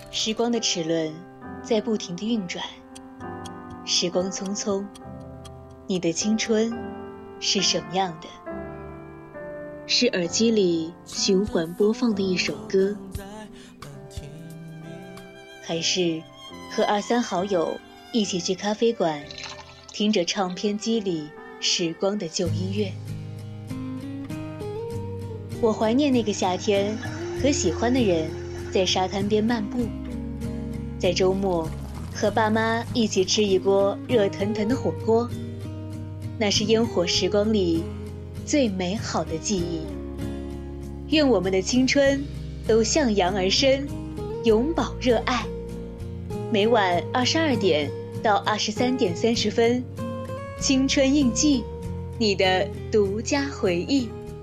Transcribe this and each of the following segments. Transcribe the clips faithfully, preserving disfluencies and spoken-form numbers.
时光的齿轮在不停地运转，时光匆匆，你的青春是什么样的？是耳机里循环播放的一首歌，还是和二三好友一起去咖啡馆，听着唱片机里时光的旧音乐？我怀念那个夏天，和喜欢的人在沙滩边漫步，在周末和爸妈一起吃一锅热腾腾的火锅，那是烟火时光里最美好的记忆。愿我们的青春都向阳而生，永葆热爱。每晚二十二点到二十三点三十分，青春印记，你的独家回忆。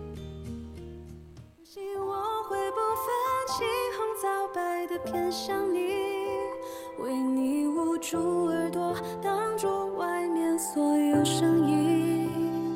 偏向你，为你捂住耳朵，挡住外面所有声音。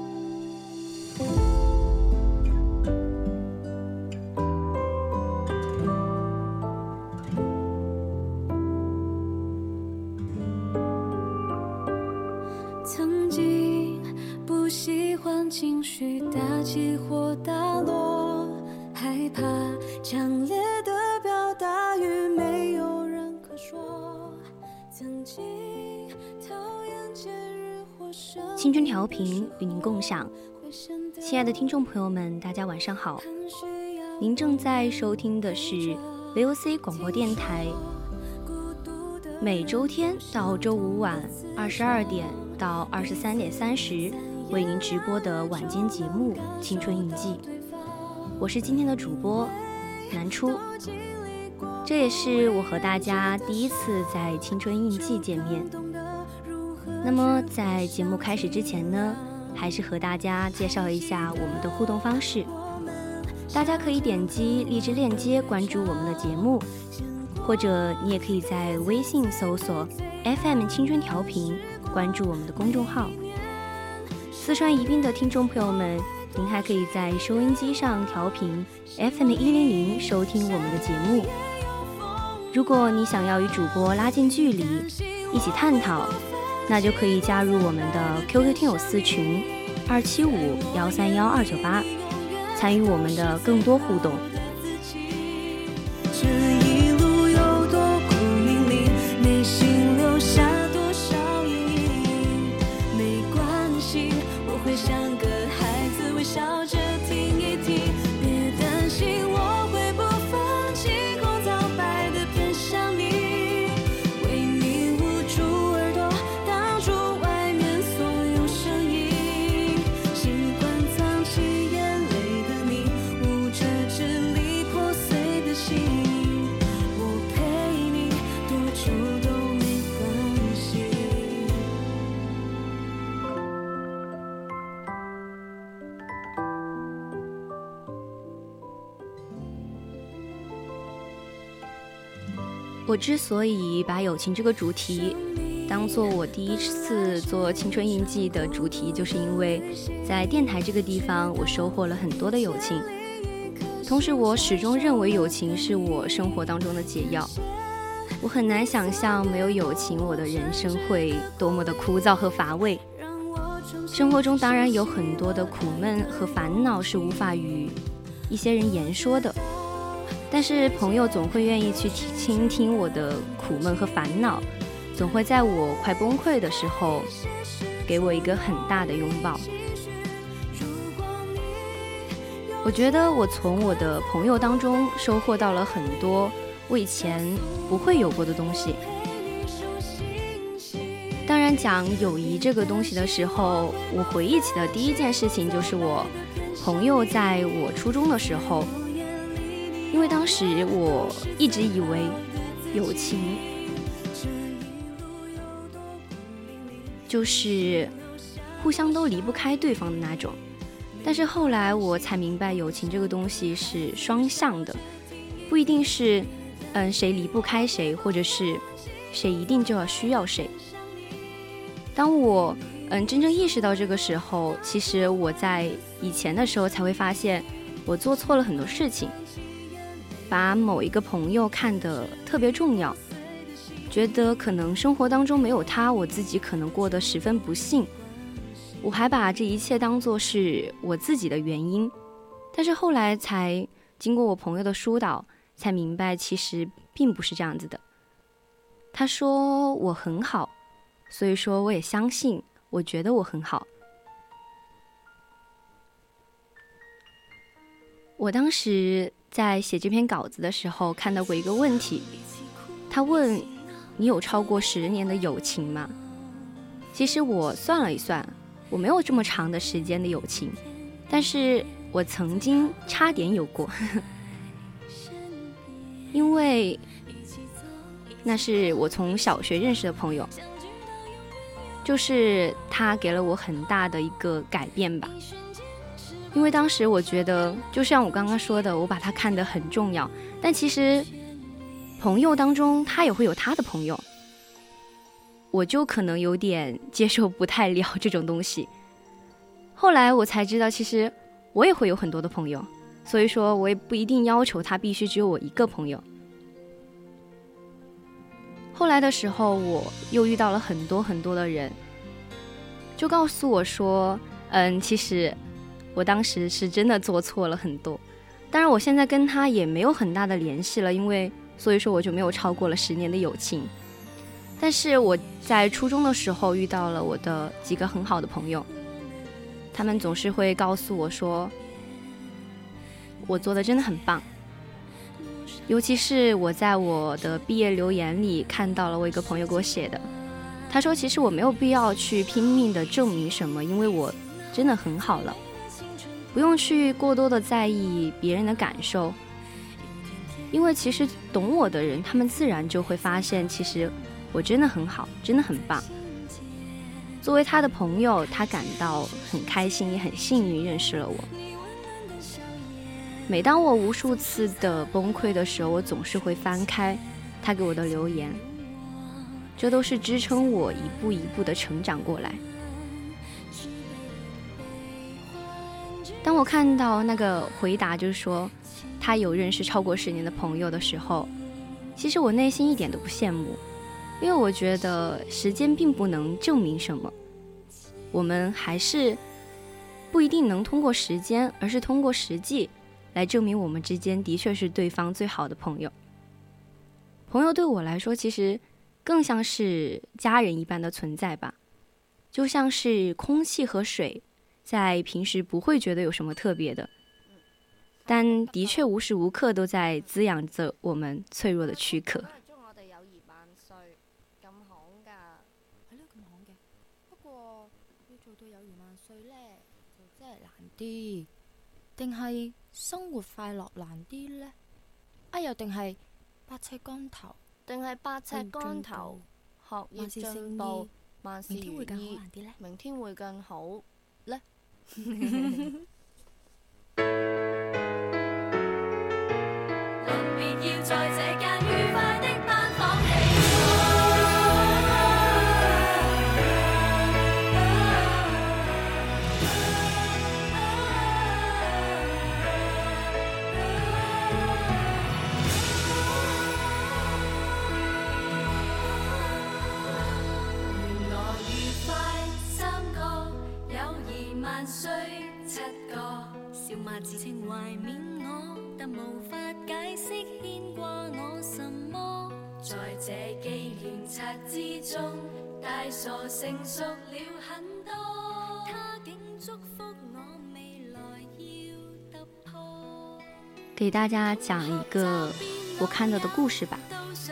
曾经不喜欢情绪大起或大落，害怕强烈的表达与没有人可说，曾经讨厌节日或生日。 青春调频与您共享。亲爱的听众朋友们，大家晚上好，您正在收听的是 V O C 广播电台，每周天到周五晚二十二点到二十三点三十为您直播的晚间节目《青春印记》，我是今天的主播南初。这也是我和大家第一次在青春印记见面。那么在节目开始之前呢，还是和大家介绍一下我们的互动方式。大家可以点击荔枝链接关注我们的节目，或者你也可以在微信搜索 F M 青春调频关注我们的公众号。四川宜宾的听众朋友们，您还可以在收音机上调频 F M 一零零收听我们的节目。如果你想要与主播拉近距离，一起探讨，那就可以加入我们的 Q Q 听友四群二七五幺三幺二九八，参与我们的更多互动。 这一路有多苦淋漓，内心留下多少阴影，没关系，我会像个孩子微笑着听一听，别担心我会不放弃，红皂白的偏向你，为你捂住耳朵，挡住外面所有声音，习惯藏起眼泪的你，捂着支离破碎的心，我陪你多久都没关系。 我之所以把友情这个主题当做我第一次做青春印记的主题，就是因为在电台这个地方我收获了很多的友情，同时我始终认为友情是我生活当中的解药。我很难想象没有友情我的人生会多么的枯燥和乏味。生活中当然有很多的苦闷和烦恼是无法与一些人言说的，但是朋友总会愿意去倾听我的苦闷和烦恼，总会在我快崩溃的时候给我一个很大的拥抱。我觉得我从我的朋友当中收获到了很多我以前不会有过的东西。当然讲友谊这个东西的时候，我回忆起的第一件事情就是我朋友在我初中的时候，因为当时我一直以为友情就是互相都离不开对方的那种，但是后来我才明白友情这个东西是双向的，不一定是嗯谁离不开谁，或者是谁一定就要需要谁。当我嗯真正意识到这个时候，其实我在以前的时候才会发现我做错了很多事情。 把某一个朋友看得特别重要，觉得可能生活当中没有他，我自己可能过得十分不幸。我还把这一切当作是我自己的原因，但是后来才经过我朋友的疏导，才明白其实并不是这样子的。他说我很好，所以说我也相信，我觉得我很好。我当时在写这篇稿子的时候看到过一个问题，他问你有超过十年的友情吗？其实我算了一算，我没有这么长的时间的友情，但是我曾经差点有过因为那是我从小学认识的朋友，就是他给了我很大的一个改变吧。因为当时我觉得就像我刚刚说的，我把他看得很重要，但其实朋友当中他也会有他的朋友，我就可能有点接受不太了这种东西。后来我才知道其实我也会有很多的朋友，所以说我也不一定要求他必须只有我一个朋友。后来的时候我又遇到了很多很多的人，就告诉我说嗯，其实我当时是真的做错了很多。当然我现在跟他也没有很大的联系了，因为所以说我就没有超过了十年的友情。但是我在初中的时候遇到了我的几个很好的朋友，他们总是会告诉我说我做的真的很棒。尤其是我在我的毕业留言里看到了我一个朋友给我写的，他说其实我没有必要去拼命的证明什么，因为我真的很好了，不用去过多的在意别人的感受，因为其实懂我的人他们自然就会发现其实我真的很好，真的很棒。作为他的朋友，他感到很开心，也很幸运认识了我。每当我无数次的崩溃的时候，我总是会翻开他给我的留言，这都是支撑我一步一步的成长过来。当我看到那个回答就是说他有认识超过十年的朋友的时候，其实我内心一点都不羡慕，因为我觉得时间并不能证明什么，我们还是不一定能通过时间，而是通过实际来证明我们之间的确是对方最好的朋友。朋友对我来说其实更像是家人一般的存在吧，就像是空气和水，在平時不會覺得有什麼特別的，但的確無時無刻都在滋養着我們脆弱的軀殼。 祝我哋友誼萬歲，咁行㗎，係咯，咁行嘅。不過要做到友誼萬歲呢，就真係難啲，定係生活快樂難啲呢？啊，又定係百尺竿頭，定係百尺竿頭，學業進步，萬事如意，明天會更好呢？臨別要在這間愉快的班房起願我愉快三個，友誼萬歲七個，笑罵自稱懷緬我，但無法解釋牽掛我什麼。在這紀念冊之中，大傻成熟了很多。他竟祝福我未來要突破。 給大家講一個我看到的故事吧。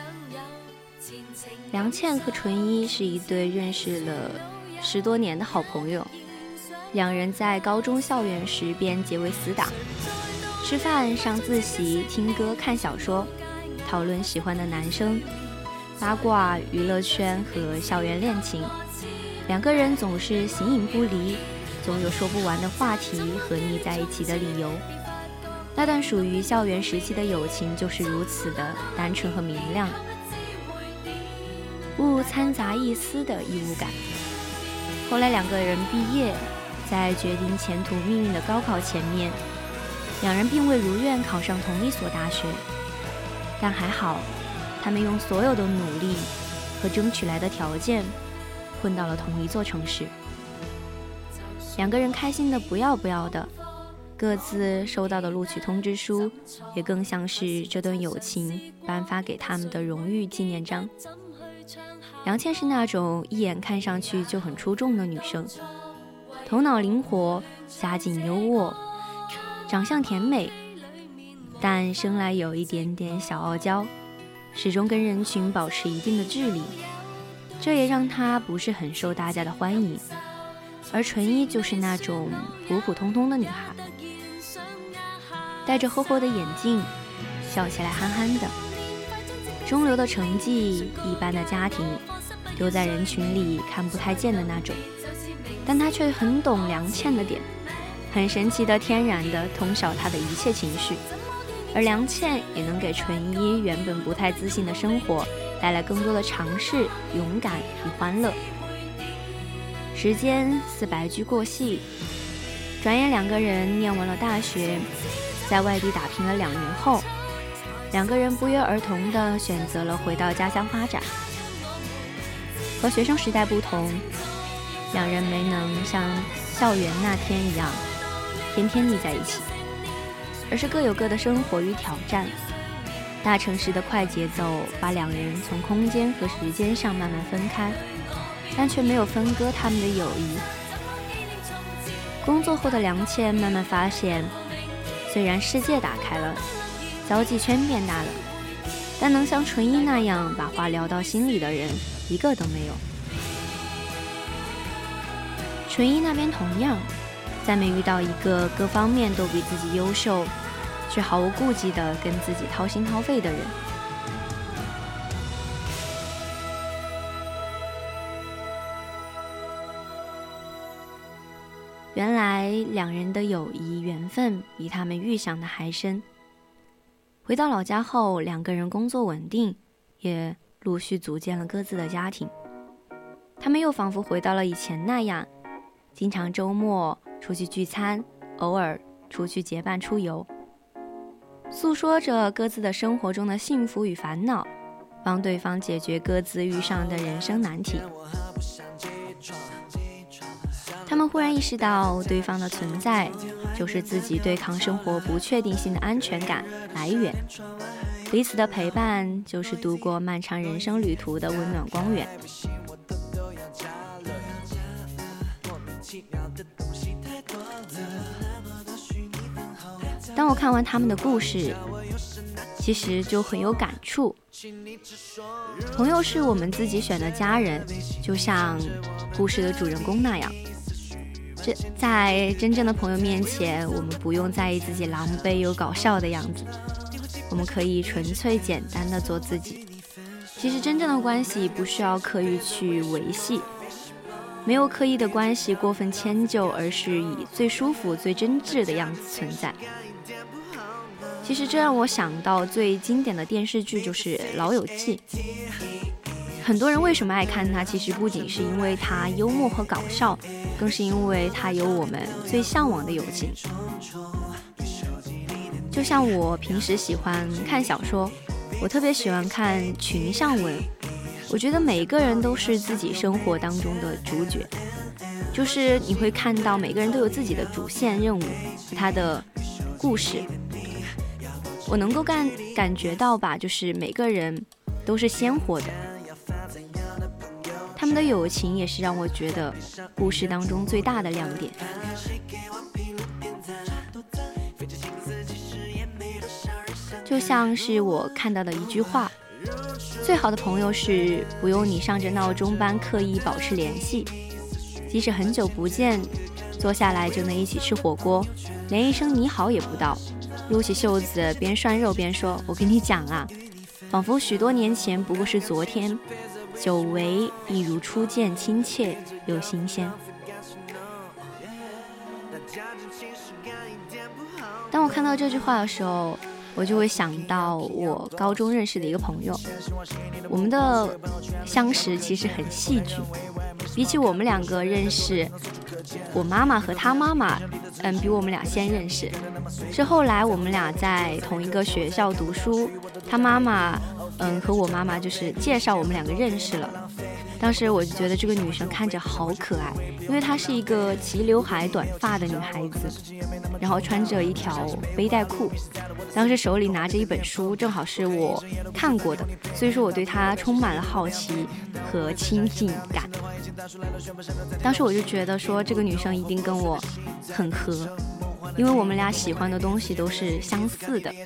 梁倩和純一是一對認識了十多年的好朋友，兩人在高中校園時便結為死黨，吃飯、上自習、聽歌、看小說，討論喜歡的男生，八卦、娛樂圈和校園戀情。兩個人總是形影不離，總有說不完的話題和膩在一起的理由。那段屬於校園時期的友情就是如此的單純和明亮，不摻雜一絲的義務感。後來兩個人畢業，在決定前途命運的高考前面，兩人並未如願考上同一所大學， 但还好，他们用所有的努力和争取来的条件混到了同一座城市。两个人开心的不要不要的，各自收到的录取通知书也更像是这段友情颁发给他们的荣誉纪念章。梁倩是那种一眼看上去就很出众的女生，头脑灵活，家境优渥，长相甜美，但生来有一点点小傲娇，始终跟人群保持一定的距离，这也让她不是很受大家的欢迎。而纯一就是那种普普通通的女孩，戴着厚厚的眼镜，笑起来憨憨的，中流的成绩，一般的家庭，丢在人群里看不太见的那种，但她却很懂梁倩的点，很神奇的天然的通晓她的一切情绪，而梁倩也能给纯一原本不太自信的生活带来更多的尝试、勇敢与欢乐。时间似白驹过隙，转眼两个人念完了大学，在外地打拼了两年后，两个人不约而同地选择了回到家乡发展。和学生时代不同，两人没能像校园那天一样天天腻在一起，而是各有各的生活与挑战。大城市的快节奏把两人从空间和时间上慢慢分开，但却没有分割他们的友谊。工作后的梁倩慢慢发现，虽然世界打开了，交际圈变大了，但能像纯一那样把话聊到心里的人一个都没有。纯一那边同样，再没遇到一个各方面都比自己优秀，却毫无顾忌地跟自己掏心掏肺的人。原来两人的友谊缘分比他们预想的还深。回到老家后，两个人工作稳定，也陆续组建了各自的家庭。他们又仿佛回到了以前那样，经常周末出去聚餐，偶尔出去结伴出游，诉说着各自的生活中的幸福与烦恼，帮对方解决各自遇上的人生难题。他们忽然意识到，对方的存在就是自己对抗生活不确定性的安全感来源，彼此的陪伴就是度过漫长人生旅途的温暖光源。当我看完他们的故事，其实就很有感触。朋友是我们自己选的家人，就像故事的主人公那样，这在真正的朋友面前，我们不用在意自己狼狈又搞笑的样子，我们可以纯粹简单的做自己。其实真正的关系不需要刻意去维系，没有刻意的关系过分迁就，而是以最舒服最真挚的样子存在。其实这让我想到最经典的电视剧就是《老友记》。很多人为什么爱看它，其实不仅是因为它幽默和搞笑，更是因为它有我们最向往的友情。就像我平时喜欢看小说，我特别喜欢看群像文，我觉得每个人都是自己生活当中的主角，就是你会看到每个人都有自己的主线任务和他的故事。我能够感感觉到吧，就是每个人都是鲜活的，他们的友情也是让我觉得故事当中最大的亮点。就像是我看到的一句话，最好的朋友是不用你上着闹钟般刻意保持联系，即使很久不见，坐下来就能一起吃火锅，连一声你好也不道，撸起袖子边涮肉边说，我跟你讲啊，仿佛许多年前不过是昨天，久违亦如初见，亲切又新鲜。当我看到这句话的时候，我就会想到我高中认识的一个朋友，我们的相识其实很戏剧，比起我们两个认识，我妈妈和她妈妈嗯，比我们俩先认识， 是后来我们俩在同一个学校读书，他妈妈嗯和我妈妈就是介绍我们两个认识了。当时我就觉得这个女生看着好可爱，因为她是一个齐刘海短发的女孩子，然后穿着一条背带裤，当时手里拿着一本书，正好是我看过的，所以说我对她充满了好奇和亲近感。当时我就觉得说这个女生一定跟我很合，因为我们俩喜欢的东西都是相似的。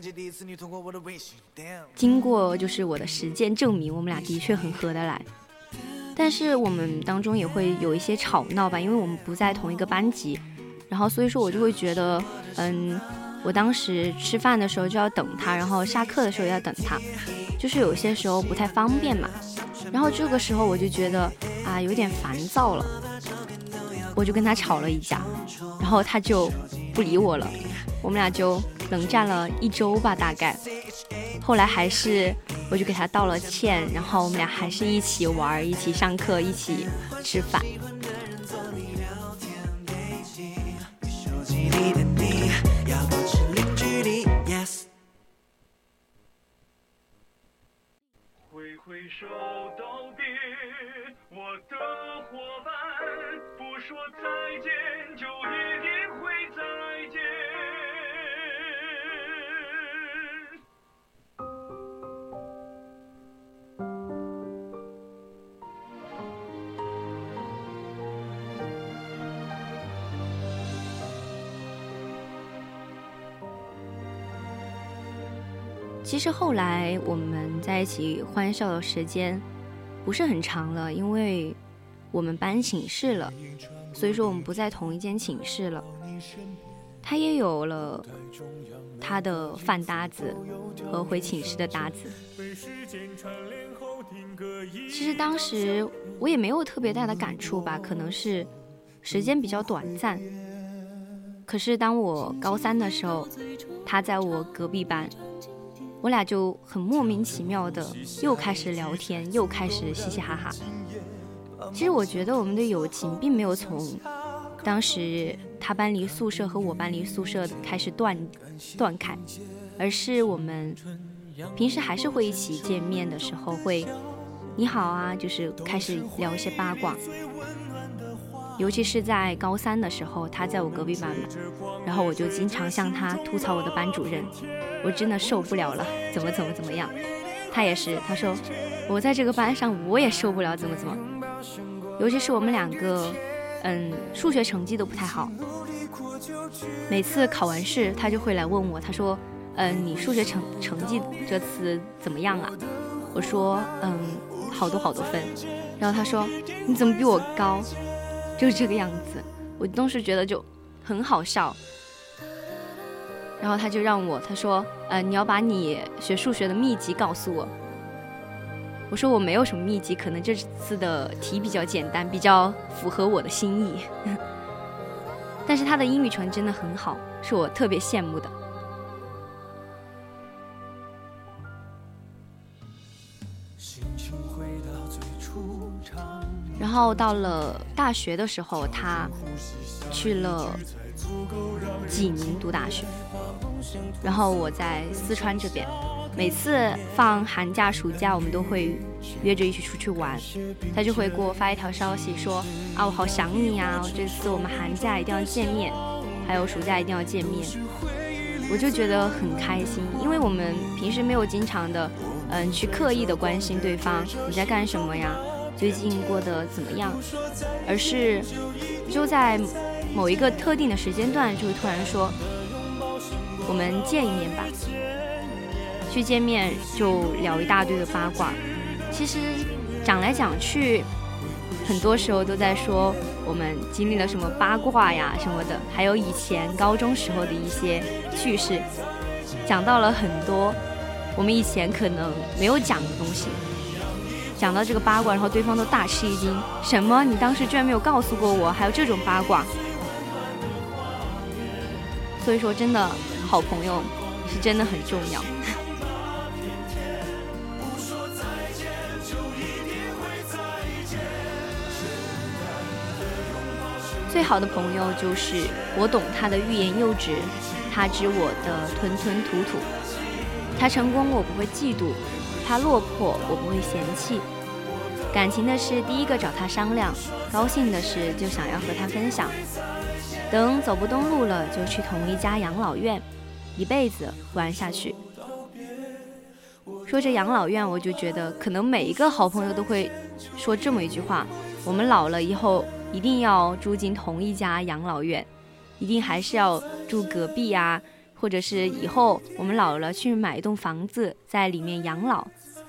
经过就是我的实践证明，我们俩的确很合得来。但是我们当中也会有一些吵闹吧，因为我们不在同一个班级，然后所以说我就会觉得嗯，我当时吃饭的时候就要等他，然后下课的时候要等他，就是有些时候不太方便嘛。然后这个时候我就觉得啊有点烦躁了，我就跟他吵了一架，然后他就不理我了，我们俩就冷战了一周吧大概。后来还是我就给他道了歉，然后我们俩还是一起玩，一起上课，一起吃饭。 挥挥手道别，我的伙伴，不说再见就一定会再见。 其实后来我们在一起欢笑的时间不是很长了，因为我们搬寝室了，所以说我们不在同一间寝室了。他也有了他的饭搭子和回寝室的搭子。其实当时我也没有特别大的感触吧，可能是时间比较短暂。可是当我高三的时候，他在我隔壁班，我俩就很莫名其妙的又开始聊天，又开始嘻嘻哈哈。其实我觉得我们的友情并没有从当时他搬离宿舍和我搬离宿舍开始断断开，而是我们平时还是会一起见面的时候会你好啊，就是开始聊一些八卦。尤其是在高三的时候，他在我隔壁班嘛，然后我就经常向他吐槽我的班主任，我真的受不了了，怎么怎么怎么样。他也是，他说我在这个班上我也受不了怎么怎么。尤其是我们两个嗯，数学成绩都不太好，每次考完试他就会来问我，他说嗯，你数学成成绩这次怎么样啊？我说嗯，好多好多分。然后他说你怎么比我高？就是这个样子，我当时觉得就很好笑。然后他就让我，他说呃，你要把你学数学的秘籍告诉我。我说我没有什么秘籍，可能这次的题比较简单，比较符合我的心意。但是他的英语成绩真的很好，是我特别羡慕的。然后到了大学的时候，他去了济宁读大学，然后我在四川这边。每次放寒假暑假我们都会约着一起出去玩，他就会给我发一条消息说啊，我好想你啊，这次我们寒假一定要见面，还有暑假一定要见面。我就觉得很开心，因为我们平时没有经常的嗯去刻意的关心对方你在干什么呀，最近过得怎么样，而是就在某一个特定的时间段就会突然说我们见一面吧。去见面就聊一大堆的八卦，其实讲来讲去很多时候都在说我们经历了什么八卦呀什么的，还有以前高中时候的一些趣事，讲到了很多我们以前可能没有讲的东西。讲到这个八卦，然后对方都大吃一惊，什么你当时居然没有告诉过我还有这种八卦。所以说真的好朋友是真的很重要。最好的朋友就是我懂他的欲言又止， 他知我的吞吞吐吐。他成功我不会嫉妒，他落魄我不会嫌弃。感情的事第一个找他商量，高兴的事就想要和他分享。等走不动路了，就去同一家养老院，一辈子玩下去。说着养老院，我就觉得可能每一个好朋友都会说这么一句话：我们老了以后一定要住进同一家养老院，一定还是要住隔壁啊，或者是以后我们老了去买一栋房子在里面养老。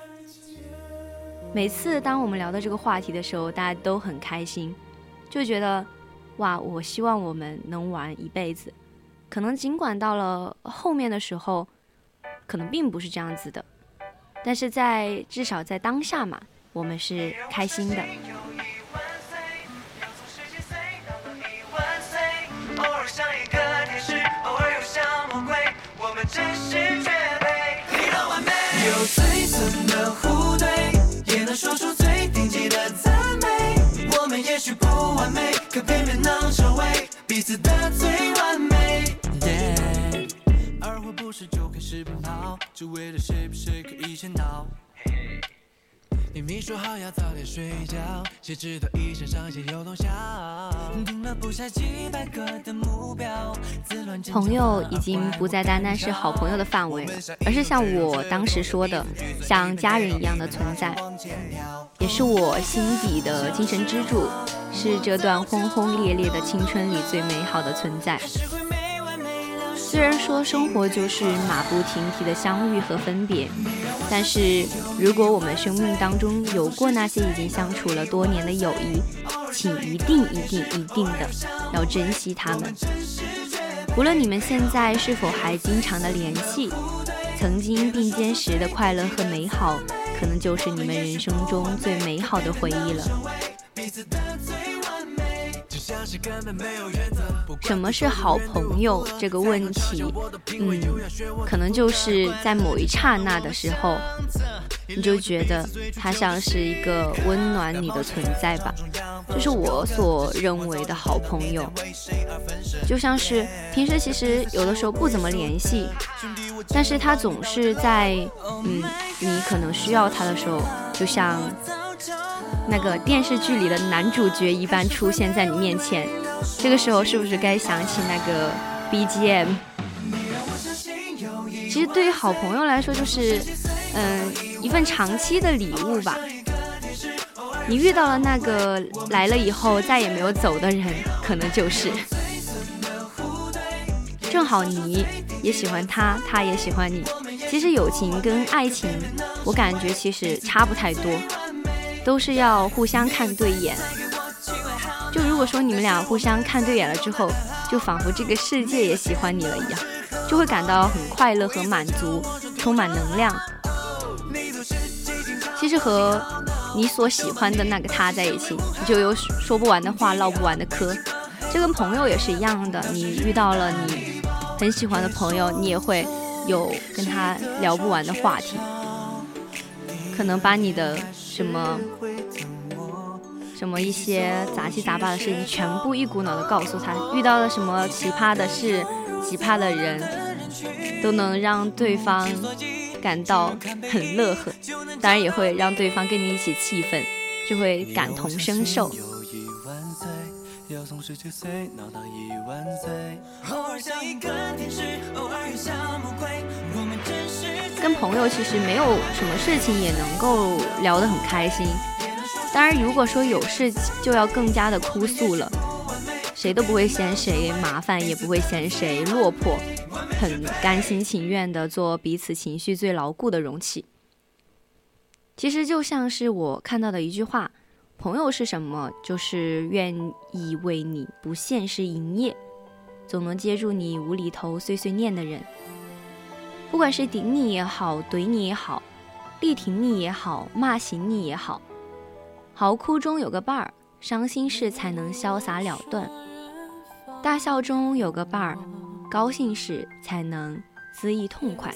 每次当我们聊到这个话题的时候，大家都很开心，就觉得哇，我希望我们能玩一辈子。可能尽管到了后面的时候可能并不是这样子的，但是在至少在当下嘛，我们是开心的。 偶尔像一个天使，偶尔又像魔鬼，我们只是绝配，你的完美。有最深的互怼，也能说出最顶级的赞美。我们也许不完美，可偏偏能成为彼此的最完美。Yeah， 而会不是就开始奔跑，只为了谁比谁可以先到。明明说好要早点睡觉，谁知道一身上线又通宵，定了不下几百个的目标。 朋友已经不再单单是好朋友的范围了，而是像我当时说的，像家人一样的存在，也是我心底的精神支柱，是这段轰轰烈烈的青春里最美好的存在。虽然说生活就是马不停蹄的相遇和分别，但是如果我们生命当中有过那些已经相处了多年的友谊，请一定一定一定的要珍惜他们。无论你们现在是否还经常的联系，曾经并肩时的快乐和美好，可能就是你们人生中最美好的回忆了。什么是好朋友这个问题，嗯，可能就是在某一刹那的时候，你就觉得它像是一个温暖你的存在吧。这是我所认为的好朋友，就像是平时其实有的时候不怎么联系，但是他总是在嗯，你可能需要他的时候，就像那个电视剧里的男主角一般出现在你面前。这个时候是不是该想起那个 B G M？ 其实对于好朋友来说，就是嗯一份长期的礼物吧。你遇到了那个来了以后再也没有走的人，可能就是正好你也喜欢他，他也喜欢你。其实友情跟爱情，我感觉其实差不太多，都是要互相看对眼。就如果说你们俩互相看对眼了之后，就仿佛这个世界也喜欢你了一样，就会感到很快乐和满足，充满能量。其实和你所喜欢的那个他在一起，你就有说不完的话，唠不完的嗑。这跟朋友也是一样的，你遇到了你很喜欢的朋友，你也会有跟他聊不完的话题，可能把你的什么什么一些杂七杂八的事情全部一股脑的告诉他，遇到了什么奇葩的事，奇葩的人，都能让对方感到很乐呵，当然也会让对方跟你一起气愤，就会感同身受。跟朋友其实没有什么事情也能够聊得很开心，当然如果说有事就要更加的哭诉了，谁都不会嫌谁麻烦，也不会嫌谁落魄，很甘心情愿的做彼此情绪最牢固的容器。其实就像是我看到的一句话，朋友是什么？就是愿意为你不现实营业，总能接住你无厘头碎碎念的人。不管是顶你也好，怼你也好，力挺你也好，骂醒你也好，嚎哭中有个伴儿，伤心事才能潇洒了断；大笑中有个伴儿，高兴时才能恣意痛快。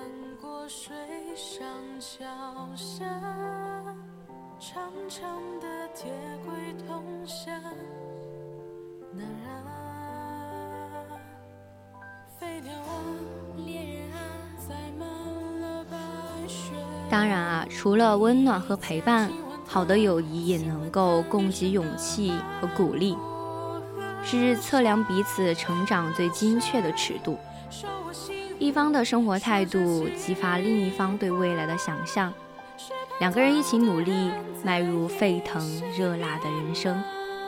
长长的铁轨通向南岸，飞流当然啊，除了温暖和陪伴，好的友谊也能够供给勇气和鼓励，是测量彼此成长最精确的尺度。一方的生活态度激发另一方对未来的想象，两个人一起努力，迈入沸腾热辣的人生。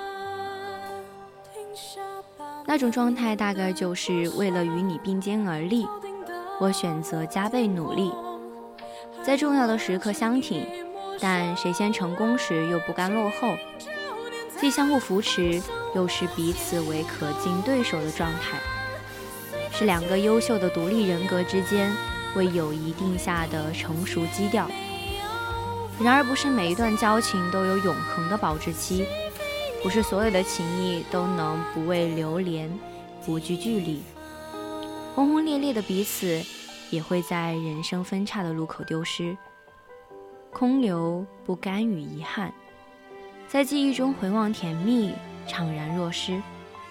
那种状态大概就是为了与你并肩而立，我选择加倍努力，在重要的时刻相挺，但谁先成功时又不甘落后，既相互扶持，又视彼此为可敬对手的状态，是两个优秀的独立人格之间为友谊定下的成熟基调。然而不是每一段交情都有永恒的保质期，不是所有的情谊都能不畏流连，不惧距离。轰轰烈烈的彼此也会在人生分岔的路口丢失，空留不甘与遗憾，在记忆中回望甜蜜，怅然若失。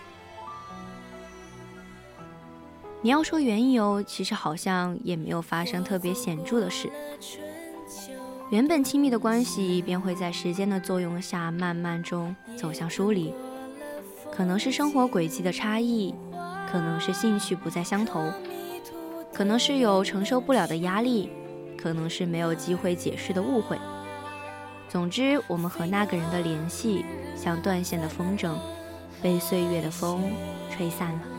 你要说缘由，其实好像也没有发生特别显著的事，原本亲密的关系便会在时间的作用下慢慢中走向疏离，可能是生活轨迹的差异，可能是兴趣不再相投，可能是有承受不了的压力，可能是没有机会解释的误会。总之，我们和那个人的联系像断线的风筝，被岁月的风吹散了。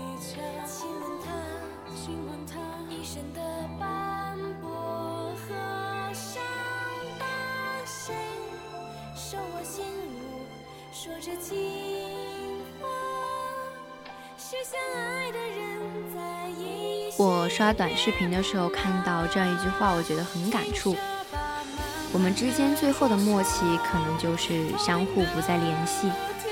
我刷短视频的时候看到这样一句话，我觉得很感触。我们之间最后的默契可能就是相互不再联系。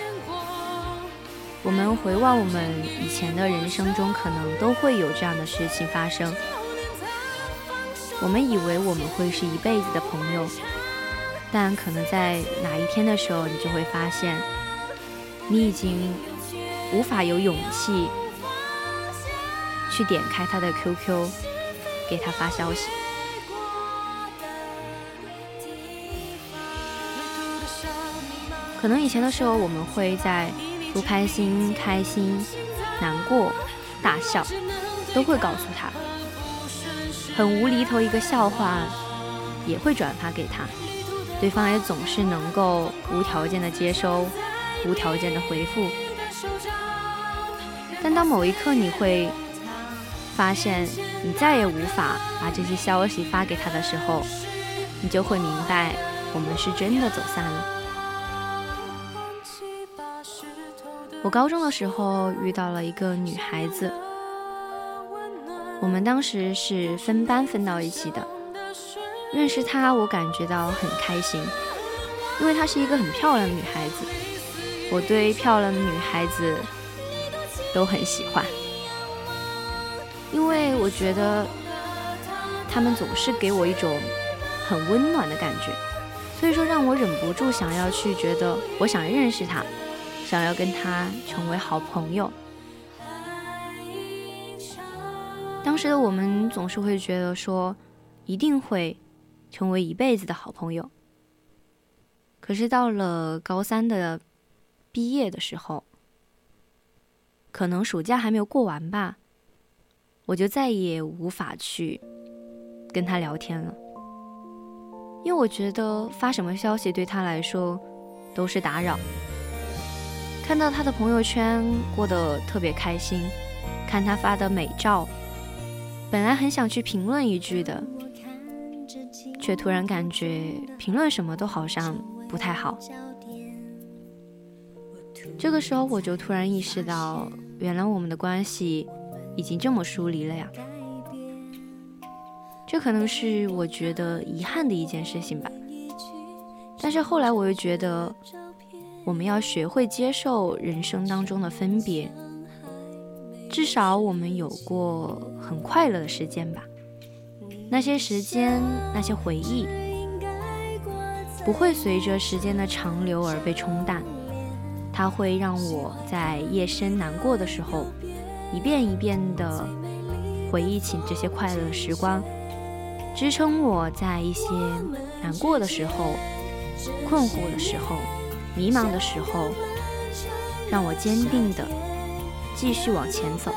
我们回望我们以前的人生中，可能都会有这样的事情发生。我们以为我们会是一辈子的朋友，但可能在哪一天的时候，你就会发现你已经无法有勇气去点开他的 Q Q 给他发消息。可能以前的时候，我们会在不开心、开心、难过、大笑都会告诉他，很无厘头一个笑话也会转发给他，对方也总是能够无条件的接收，无条件的回复。但当某一刻你会发现你再也无法把这些消息发给他的时候，你就会明白我们是真的走散了。我高中的时候遇到了一个女孩子，我们当时是分班分到一起的。认识她我感觉到很开心，因为她是一个很漂亮的女孩子，我对漂亮的女孩子都很喜欢，因为我觉得她们总是给我一种很温暖的感觉，所以说让我忍不住想要去觉得我想认识她，想要跟她成为好朋友。当时的我们总是会觉得说一定会成为一辈子的好朋友，可是到了高三的毕业的时候，可能暑假还没有过完吧，我就再也无法去跟他聊天了，因为我觉得发什么消息对他来说都是打扰。看到他的朋友圈过得特别开心，看他发的美照，本来很想去评论一句的，却突然感觉评论什么都好像不太好。这个时候我就突然意识到，原来我们的关系已经这么疏离了呀。这可能是我觉得遗憾的一件事情吧，但是后来我又觉得我们要学会接受人生当中的分别，至少我们有过很快乐的时间吧，那些时间，那些回忆不会随着时间的长流而被冲淡，它会让我在夜深难过的时候一遍一遍的回忆起这些快乐时光，支撑我在一些难过的时候、困惑的时候、迷茫的时候，让我坚定地继续往前走。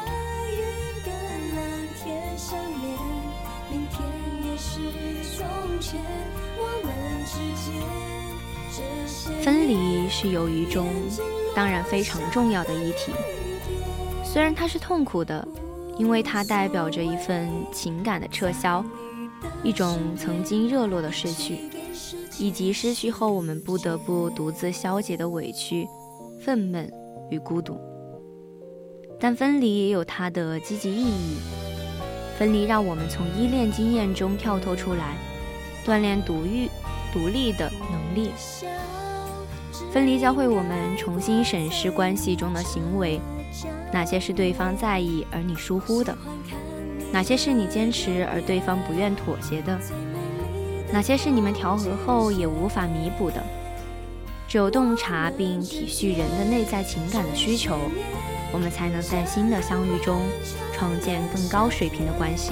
分离是友谊中当然非常重要的议题，虽然它是痛苦的，因为它代表着一份情感的撤销，一种曾经热络的逝去，以及失去后我们不得不独自消解的委屈、愤懑与孤独。但分离也有它的积极意义，分离让我们从依恋经验中跳脱出来，锻炼独立独立的能力。分离教会我们重新审视关系中的行为，哪些是对方在意而你疏忽的，哪些是你坚持而对方不愿妥协的，哪些是你们调和后也无法弥补的。只有洞察并体恤人的内在情感的需求，我们才能在新的相遇中创建更高水平的关系。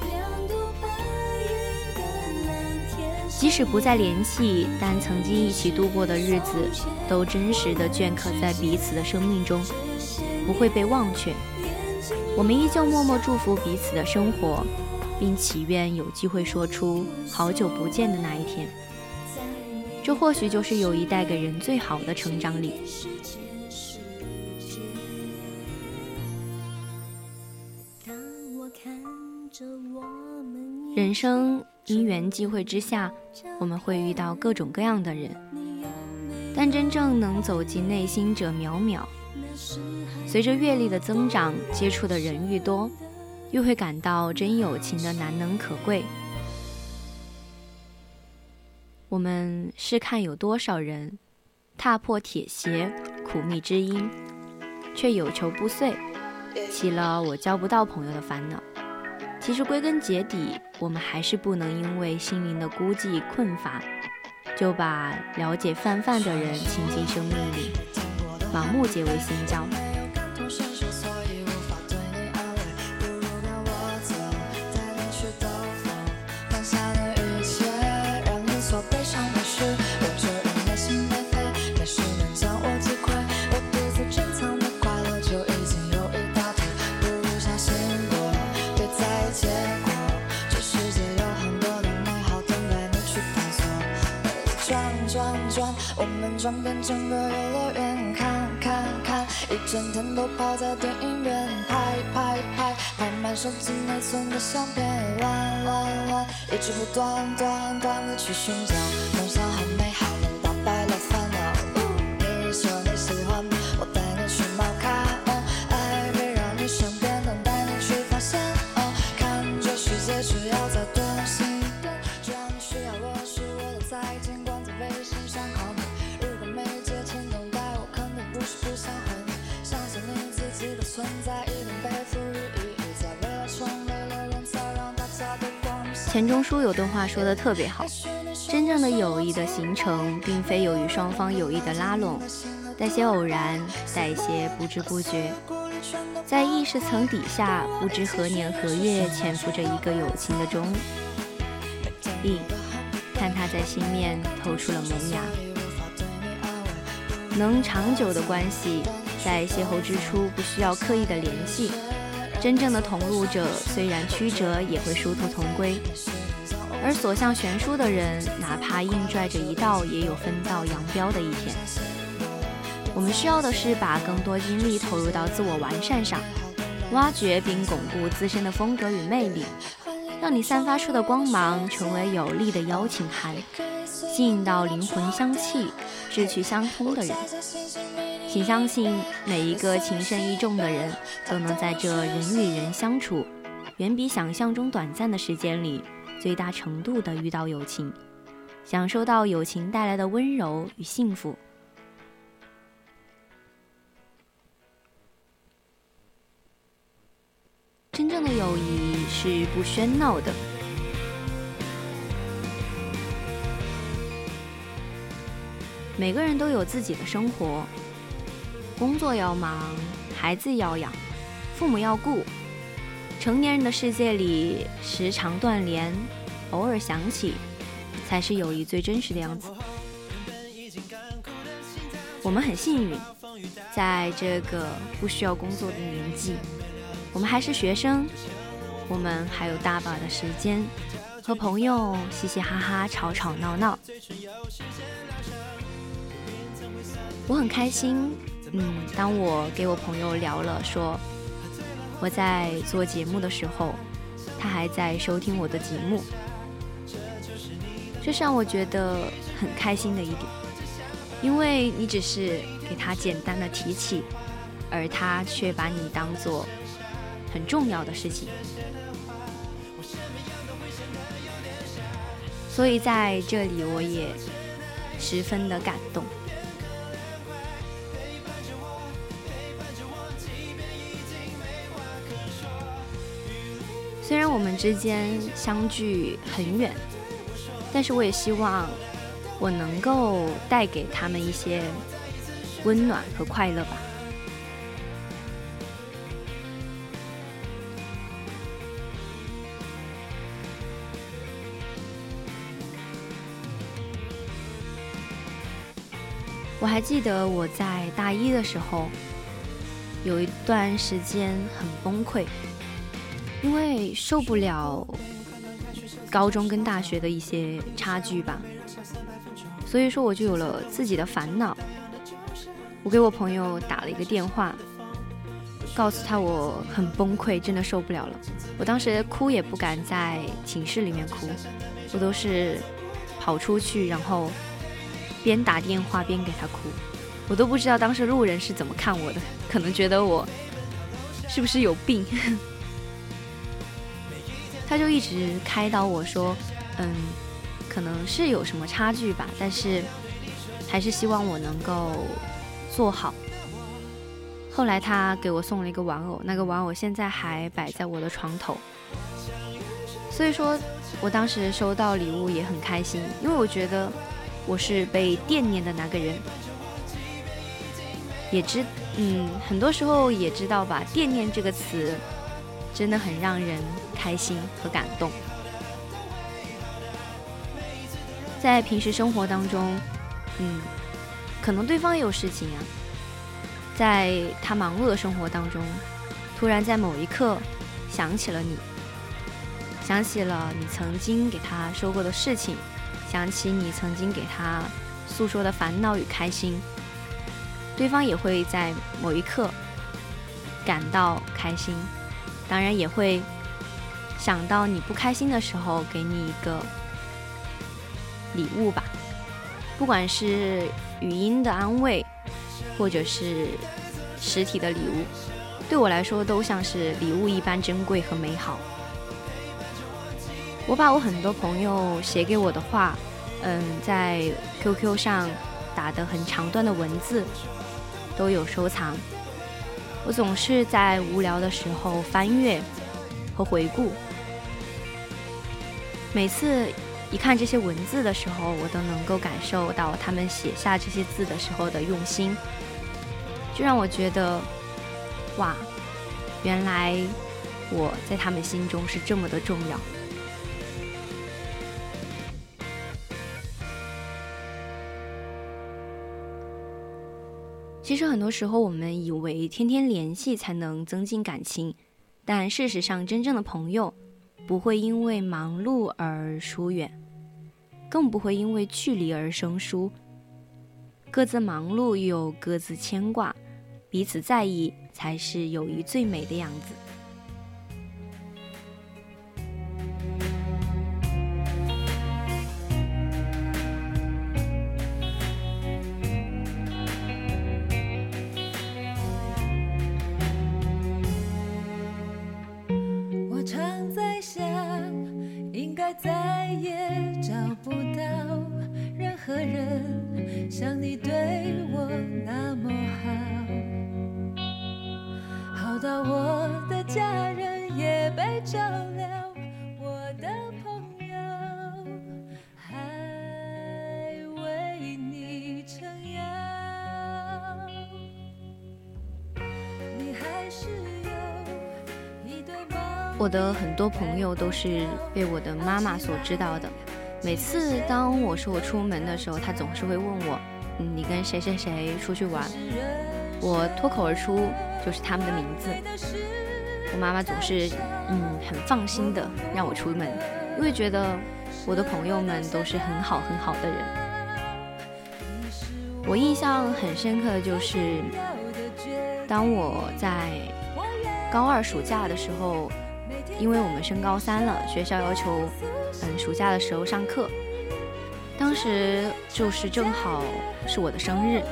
即使不再联系，但曾经一起度过的日子都真实地镌刻在彼此的生命中，不会被忘却。我们依旧默默祝福彼此的生活，并祈愿有机会说出好久不见的那一天。这或许就是友谊带给人最好的成长力。人生因缘际会之下，我们会遇到各种各样的人，但真正能走进内心者渺渺。随着阅历的增长，接触的人愈多，越会感到真友情的难能可贵。我们试看有多少人踏破铁鞋，苦觅知音，却有求不遂，起了我交不到朋友的烦恼。其实归根结底，我们还是不能因为心灵的孤寂困乏，就把了解泛泛的人请进生命里，盲目结为心交。 我们转遍整个游乐园，看看看，一整天都泡在电影院，拍拍拍，拍满手机内存的相片，玩玩玩，一直不断断断的去寻找梦想很美好的打败了烦恼。你说你喜欢我带你去猫咖，爱会让你身边等待你去发现，看这世界只要再多心一点，只要你需要我时我都在，尽管在微信上靠你。 钱钟书有段话说得特别好，真正的友谊的形成并非由于双方友谊的拉拢，带些偶然，带一些不知不觉，在意识层底下不知何年何月潜伏着一个友情的种粒，看它在心面透出了萌芽。能长久的关系，在邂逅之初不需要刻意的联系，真正的同路者虽然曲折，也会殊途同归。而所向悬殊的人，哪怕硬拽着一道，也有分道扬镳的一天。我们需要的是把更多精力投入到自我完善上，挖掘并巩固自身的风格与魅力，让你散发出的光芒成为有力的邀请函，吸引到灵魂相契、志趣相通的人。请相信，每一个情深意重的人都能在这人与人相处远比想象中短暂的时间里，最大程度地遇到友情，享受到友情带来的温柔与幸福。真正的友谊是不喧闹的，每个人都有自己的生活，工作要忙，孩子要养，父母要顾， 成年人的世界里，时常断联，偶尔想起，才是友谊最真实的样子。我们很幸运，在这个不需要工作的年纪，我们还是学生，我们还有大把的时间和朋友嘻嘻哈哈吵吵闹闹。我很开心，嗯，当我给我朋友聊了说我在做节目的时候，他还在收听我的节目，这是让我觉得很开心的一点，因为你只是给他简单的提起，而他却把你当作很重要的事情。所以在这里我也十分的感动。虽然我们之间相距很远，但是我也希望我能够带给他们一些温暖和快乐吧。我还记得我在大一的时候，有一段时间很崩溃，因为受不了高中跟大学的一些差距吧，所以说我就有了自己的烦恼。我给我朋友打了一个电话，告诉他我很崩溃，真的受不了了。我当时哭也不敢在寝室里面哭，我都是跑出去，然后边打电话边给他哭。我都不知道当时路人是怎么看我的，可能觉得我是不是有病。他就一直开导我说，嗯，可能是有什么差距吧，但是还是希望我能够做好。后来他给我送了一个玩偶，那个玩偶现在还摆在我的床头。所以说我当时收到礼物也很开心，因为我觉得我是被惦念的那个人，也知嗯，很多时候也知道吧，惦念这个词真的很让人开心和感动。在平时生活当中，嗯，可能对方也有事情啊，在他忙碌的生活当中，突然在某一刻想起了你，想起了你曾经给他说过的事情，想起你曾经给他诉说的烦恼与开心，对方也会在某一刻感到开心，当然也会想到你不开心的时候给你一个礼物吧，不管是语音的安慰或者是实体的礼物，对我来说都像是礼物一般珍贵和美好。我把我很多朋友写给我的话，嗯，在 Q Q 上打的很长段的文字都有收藏，我总是在无聊的时候翻阅和回顾，每次一看这些文字的时候，我都能够感受到他们写下这些字的时候的用心，就让我觉得哇，原来我在他们心中是这么的重要。其实很多时候我们以为天天联系才能增进感情，但事实上真正的朋友不会因为忙碌而疏远，更不会因为距离而生疏。各自忙碌又各自牵挂，彼此在意才是友谊最美的样子。 再也找不到任何人像你对我那么好，好到我的家人也被照料，我的朋友还为你撑腰，你还是有一对我的很多朋友都是被我的妈妈所知道的。每次当我说我出门的时候，她总是会问我，嗯，你跟谁谁谁出去玩？我脱口而出就是他们的名字。我妈妈总是嗯很放心的让我出门，因为觉得我的朋友们都是很好很好的人。我印象很深刻的就是，当我在高二暑假的时候，因为我们升高三了，学校要求嗯暑假的时候上课，当时就是正好是我的生日，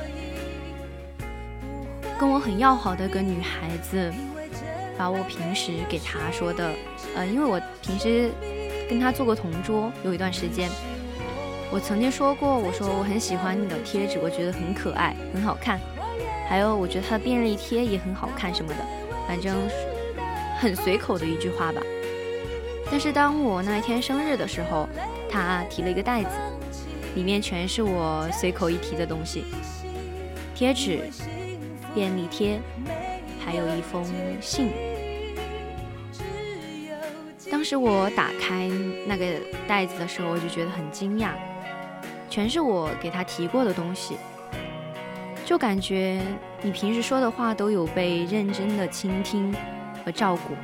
跟我很要好的一个女孩子，把我平时给她说的，呃，因为我平时跟她做过同桌有一段时间，我曾经说过，我说我很喜欢你的贴纸，我觉得很可爱，很好看，还有我觉得它的便利贴也很好看什么的，反正很随口的一句话吧。但是当我那一天生日的时候，她提了一个袋子，里面全是我随口一提的东西，贴纸、便利贴，还有一封信。当时我打开那个袋子的时候，我就觉得很惊讶，全是我给他提过的东西，就感觉你平时说的话都有被认真的倾听和照顾。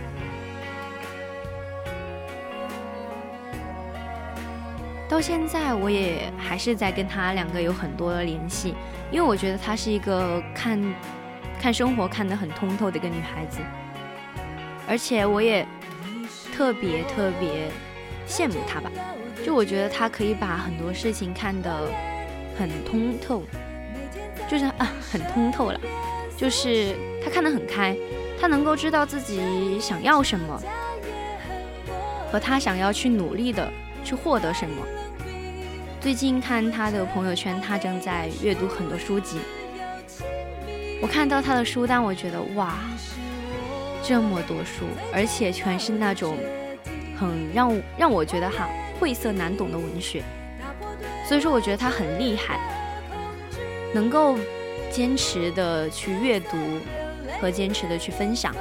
到现在我也还是在跟他两个有很多的联系，因为我觉得她是一个看看生活看得很通透的一个女孩子，而且我也特别特别羡慕她吧，就我觉得她可以把很多事情看得很通透，就是啊很通透了，就是她看得很开，她能够知道自己想要什么，和她想要去努力的去获得什么。最近看她的朋友圈，她正在阅读很多书籍，我看到她的书单，我觉得哇，这么多书，而且全是那种很让让我觉得哈晦涩难懂的文学，所以说我觉得她很厉害，能够坚持的去阅读和坚持的去分享。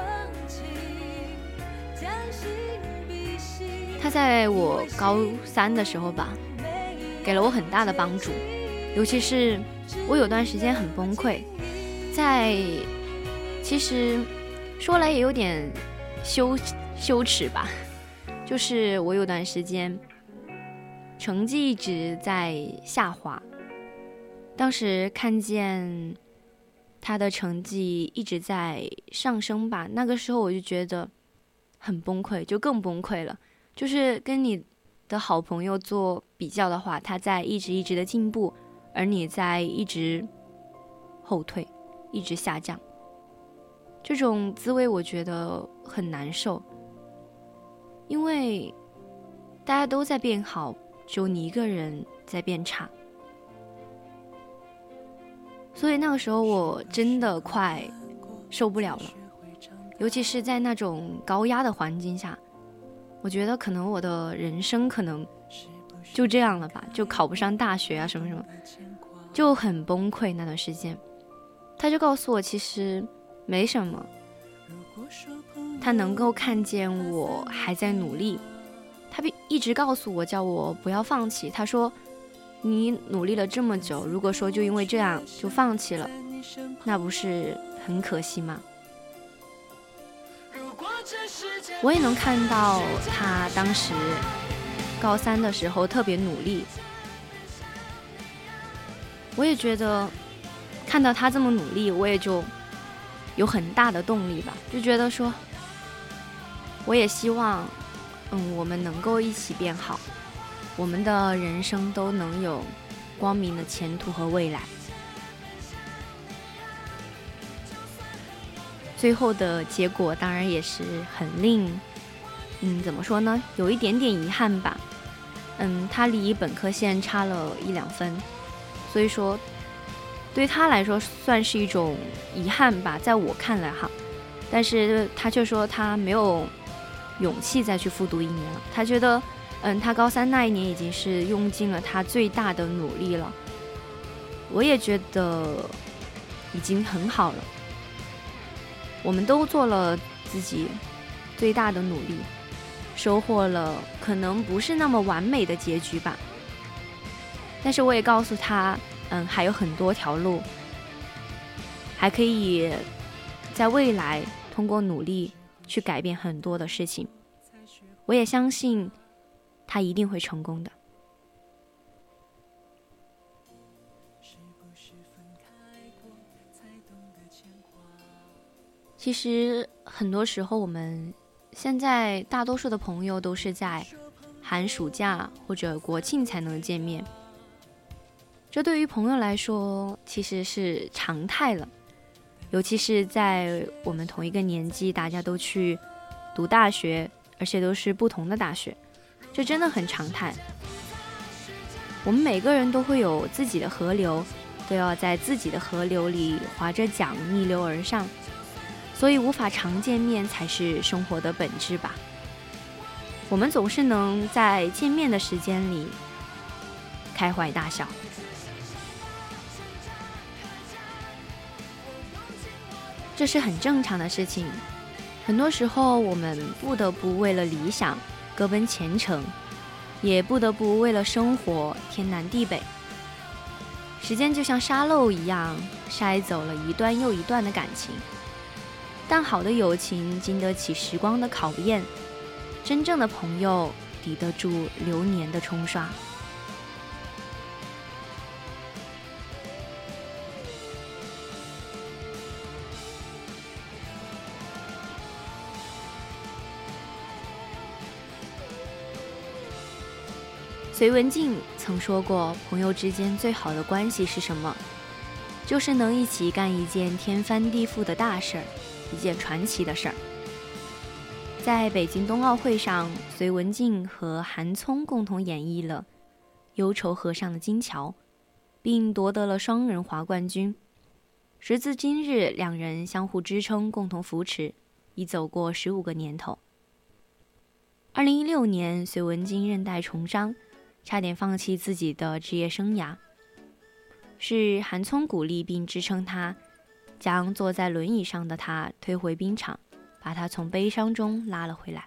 她在我高三的时候吧，给了我很大的帮助，尤其是我有段时间很崩溃，在其实说来也有点羞羞耻吧，就是我有段时间成绩一直在下滑，当时看见他的成绩一直在上升吧，那个时候我就觉得很崩溃，就更崩溃了，就是跟你的好朋友做比较的话，他在一直一直的进步，而你在一直后退，一直下降，这种滋味我觉得很难受，因为大家都在变好，只有你一个人在变差。所以那个时候我真的快受不了了，尤其是在那种高压的环境下，我觉得可能我的人生可能就这样了吧，就考不上大学啊什么什么，就很崩溃。那段时间他就告诉我其实没什么，他能够看见我还在努力，他一直告诉我叫我不要放弃，他说你努力了这么久，如果说就因为这样就放弃了，那不是很可惜吗？我也能看到他当时高三的时候特别努力，我也觉得看到他这么努力，我也就有很大的动力吧，就觉得说我也希望嗯，我们能够一起变好，我们的人生都能有光明的前途和未来。最后的结果当然也是很令嗯，怎么说呢，有一点点遗憾吧。嗯，他离本科线差了一两分，所以说对他来说算是一种遗憾吧，在我看来哈。但是他却说他没有勇气再去复读一年了，他觉得嗯，他高三那一年已经是用尽了他最大的努力了，我也觉得已经很好了，我们都做了自己最大的努力，收获了可能不是那么完美的结局吧。但是我也告诉他，嗯，还有很多条路，还可以在未来通过努力去改变很多的事情。我也相信他一定会成功的。其实很多时候，我们现在大多数的朋友都是在寒暑假或者国庆才能见面，这对于朋友来说其实是常态了。尤其是在我们同一个年纪，大家都去读大学，而且都是不同的大学，这真的很常态。我们每个人都会有自己的河流，都要在自己的河流里划着桨逆流而上，所以无法常见面才是生活的本质吧。我们总是能在见面的时间里开怀大笑。这是很正常的事情，很多时候我们不得不为了理想各奔前程，也不得不为了生活天南地北。时间就像沙漏一样，筛走了一段又一段的感情，但好的友情经得起时光的考验，真正的朋友抵得住流年的冲刷。隋文静曾说过，朋友之间最好的关系是什么？就是能一起干一件天翻地覆的大事儿，一件传奇的事儿。在北京冬奥会上，隋文静和韩聪共同演绎了忧愁河上的金桥，并夺得了双人滑冠军。时至今日，两人相互支撑，共同扶持，已走过十五个年头。二零一六年，隋文静韧带重伤，差点放弃自己的职业生涯，是韩聪鼓励并支撑他，将坐在轮椅上的他推回冰场，把他从悲伤中拉了回来。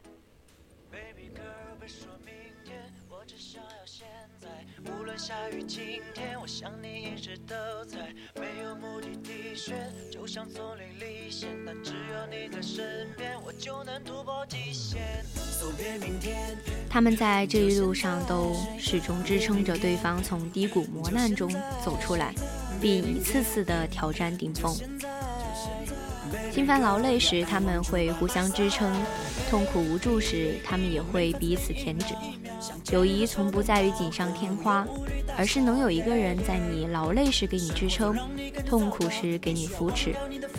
无论下雨晴天，我想你一直都在，没有目的地选，就像丛林历险，但只有你在身边，我就能突破极限。走遍明天， 他们在这一路上都始终支撑着对方从低谷磨难中走出来，并一次次的挑战顶峰。心烦劳累时，他们会互相支撑；痛苦无助时，他们也会彼此填止。友谊从不在于锦上添花，而是能有一个人在你劳累时给你支撑，痛苦时给你扶持。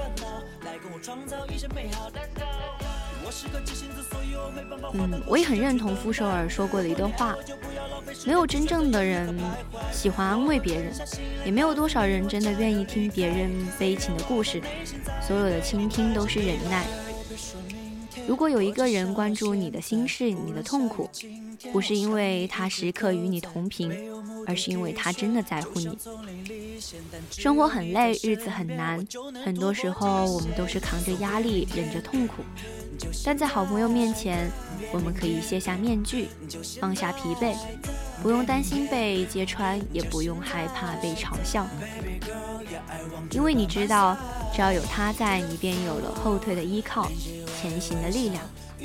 嗯，我也很认同傅首尔说过的一段话，没有真正的人喜欢安慰别人，也没有多少人真的愿意听别人悲情的故事，所有的倾听都是忍耐。如果有一个人关注你的心事，你的痛苦，不是因为他时刻与你同频，而是因为他真的在乎你。生活很累，日子很难，很多时候我们都是扛着压力，忍着痛苦，但在好朋友面前，我们可以卸下面具，放下疲惫，不用担心被揭穿，也不用害怕被嘲笑，因为你知道，只要有他在，你便有了后退的依靠，前行的力量。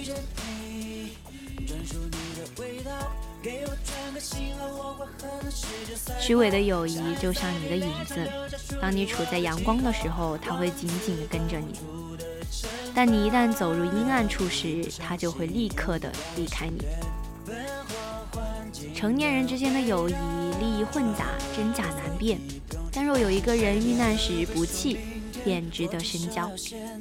虚伪的友谊就像你的影子，当你处在阳光的时候，它会紧紧地跟着你，但你一旦走入阴暗处时，它就会立刻地离开你。成年人之间的友谊利益混杂，真假难辨，但若有一个人遇难时不弃，便值得深交。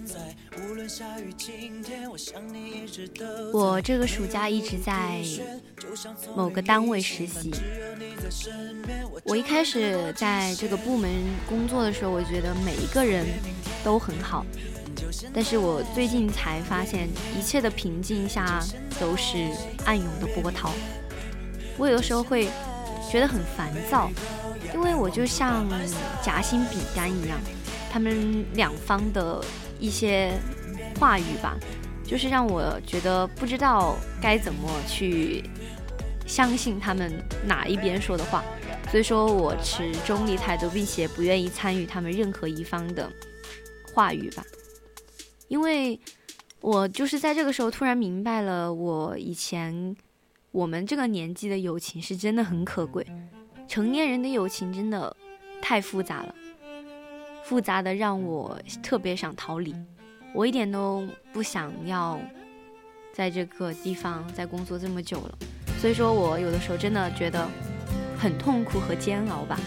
我这个暑假一直在某个单位实习，我一开始在这个部门工作的时候，我觉得每一个人都很好，但是我最近才发现，一切的平静下都是暗涌的波涛。我有的时候会觉得很烦躁，因为我就像夹心饼干一样，他们两方的一些话语吧， 就是让我觉得不知道该怎么去相信他们哪一边说的话，所以说我持中立态度，并且不愿意参与他们任何一方的话语吧。因为我就是在这个时候突然明白了，我以前我们这个年纪的友情是真的很可贵，成年人的友情真的太复杂了，复杂的让我特别想逃离，我一点都不想要在这个地方再工作这么久了，所以说我有的时候真的觉得很痛苦和煎熬吧。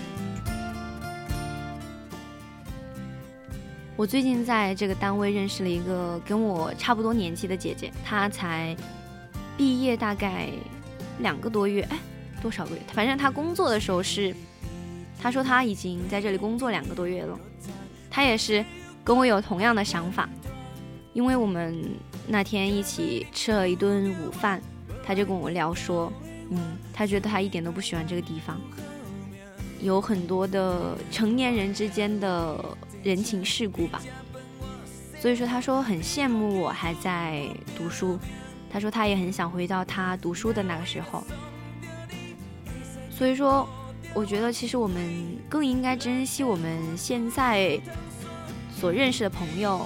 我最近在这个单位认识了一个跟我差不多年纪的姐姐，她才毕业大概两个多月，哎，多少个月？反正她工作的时候是，她说她已经在这里工作两个多月了。她也是跟我有同样的想法，因为我们那天一起吃了一顿午饭，她就跟我聊说，嗯，她觉得她一点都不喜欢这个地方，有很多的成年人之间的人情世故吧，所以说他说很羡慕我还在读书，他说他也很想回到他读书的那个时候，所以说我觉得其实我们更应该珍惜我们现在所认识的朋友，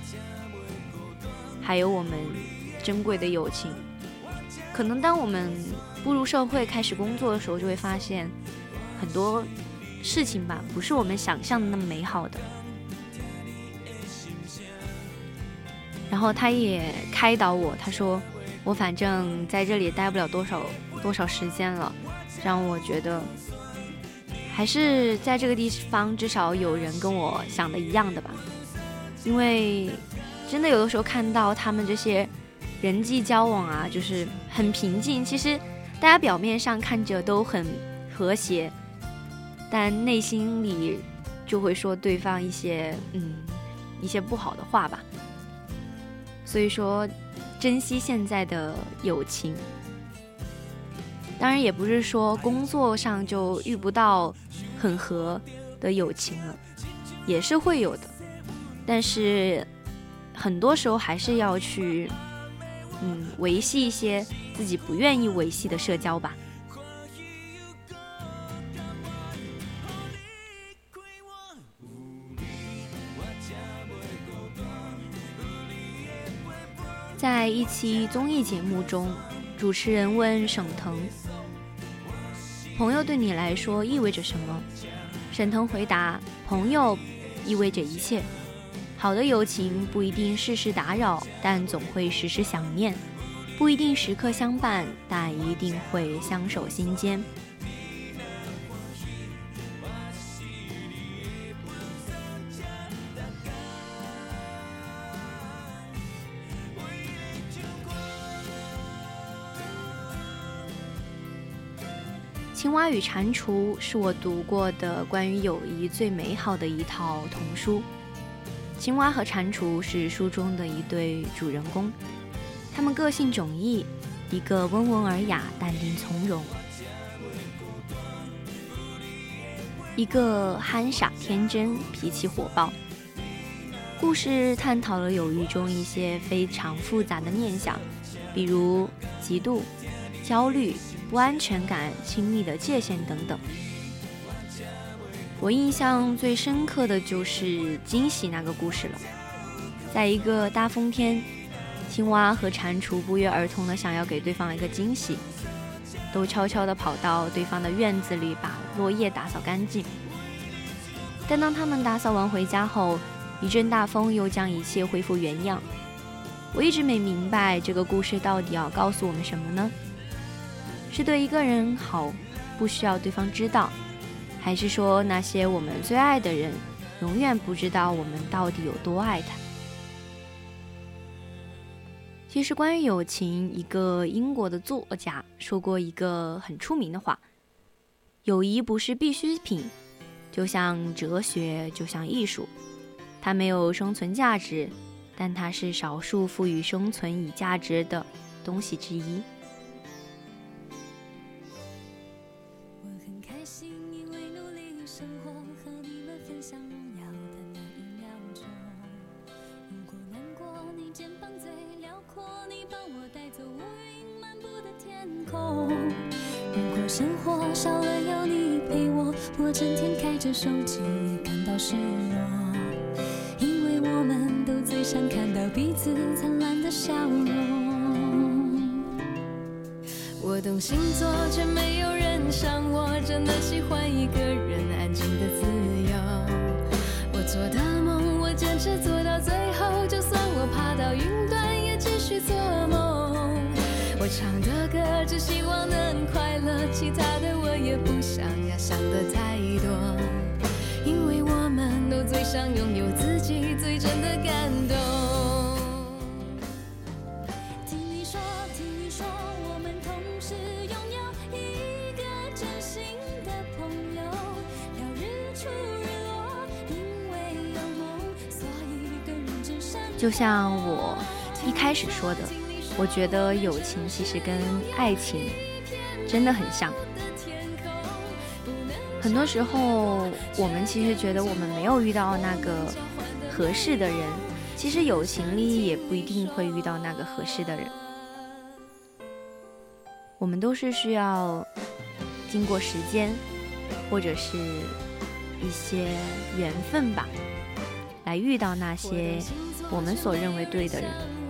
还有我们珍贵的友情。可能当我们步入社会开始工作的时候，就会发现很多事情吧不是我们想象的那么美好的。然后他也开导我，他说我反正在这里待不了多少多少时间了，让我觉得还是在这个地方至少有人跟我想的一样的吧。因为真的有的时候看到他们这些人际交往啊，就是很平静，其实大家表面上看着都很和谐，但内心里就会说对方一些嗯一些不好的话吧。所以说珍惜现在的友情，当然也不是说工作上就遇不到很合的友情了，也是会有的，但是很多时候还是要去嗯维系一些自己不愿意维系的社交吧。在一期综艺节目中，主持人问沈腾，朋友对你来说意味着什么？沈腾回答，朋友意味着一切，好的友情不一定事事打扰，但总会时时想念，不一定时刻相伴，但一定会相守心间。青蛙与蟾蜍是我读过的关于友谊最美好的一套童书。青蛙和蟾蜍是书中的一对主人公，他们个性迥异，一个温文尔雅淡定从容，一个憨傻天真脾气火爆。故事探讨了友谊中一些非常复杂的面向，比如嫉妒、焦虑、不安全感、亲密的界限等等。我印象最深刻的就是惊喜那个故事了。在一个大风天，青蛙和蟾蜍不约而同的想要给对方一个惊喜，都悄悄地跑到对方的院子里把落叶打扫干净。但当他们打扫完回家后，一阵大风又将一切恢复原样。我一直没明白这个故事到底要告诉我们什么呢？是对一个人好，不需要对方知道，还是说那些我们最爱的人，永远不知道我们到底有多爱他？其实关于友情，一个英国的作家说过一个很出名的话：友谊不是必需品，就像哲学，就像艺术，它没有生存价值，但它是少数赋予生存以价值的东西之一。 如果生活少了有你陪我，我整天开着手机感到失落，因为我们都最想看到彼此灿烂的笑容。我懂星座，却没有人像我真的喜欢一个人安静的自由。我做的梦，我坚持做到最后，就算我爬到云端，也继续做梦。我唱的歌，只希望能快乐，其他的我也不想要想的太多，因为我们都最想拥有自己最真的感动。听你说，听你说，我们同时拥有一个真心的朋友，聊日出日落，因为有梦，所以更认真生活。 就像我一开始说的，我觉得友情其实跟爱情真的很像。很多时候我们其实觉得我们没有遇到那个合适的人，其实友情里也不一定会遇到那个合适的人。我们都是需要经过时间或者是一些缘分吧，来遇到那些我们所认为对的人。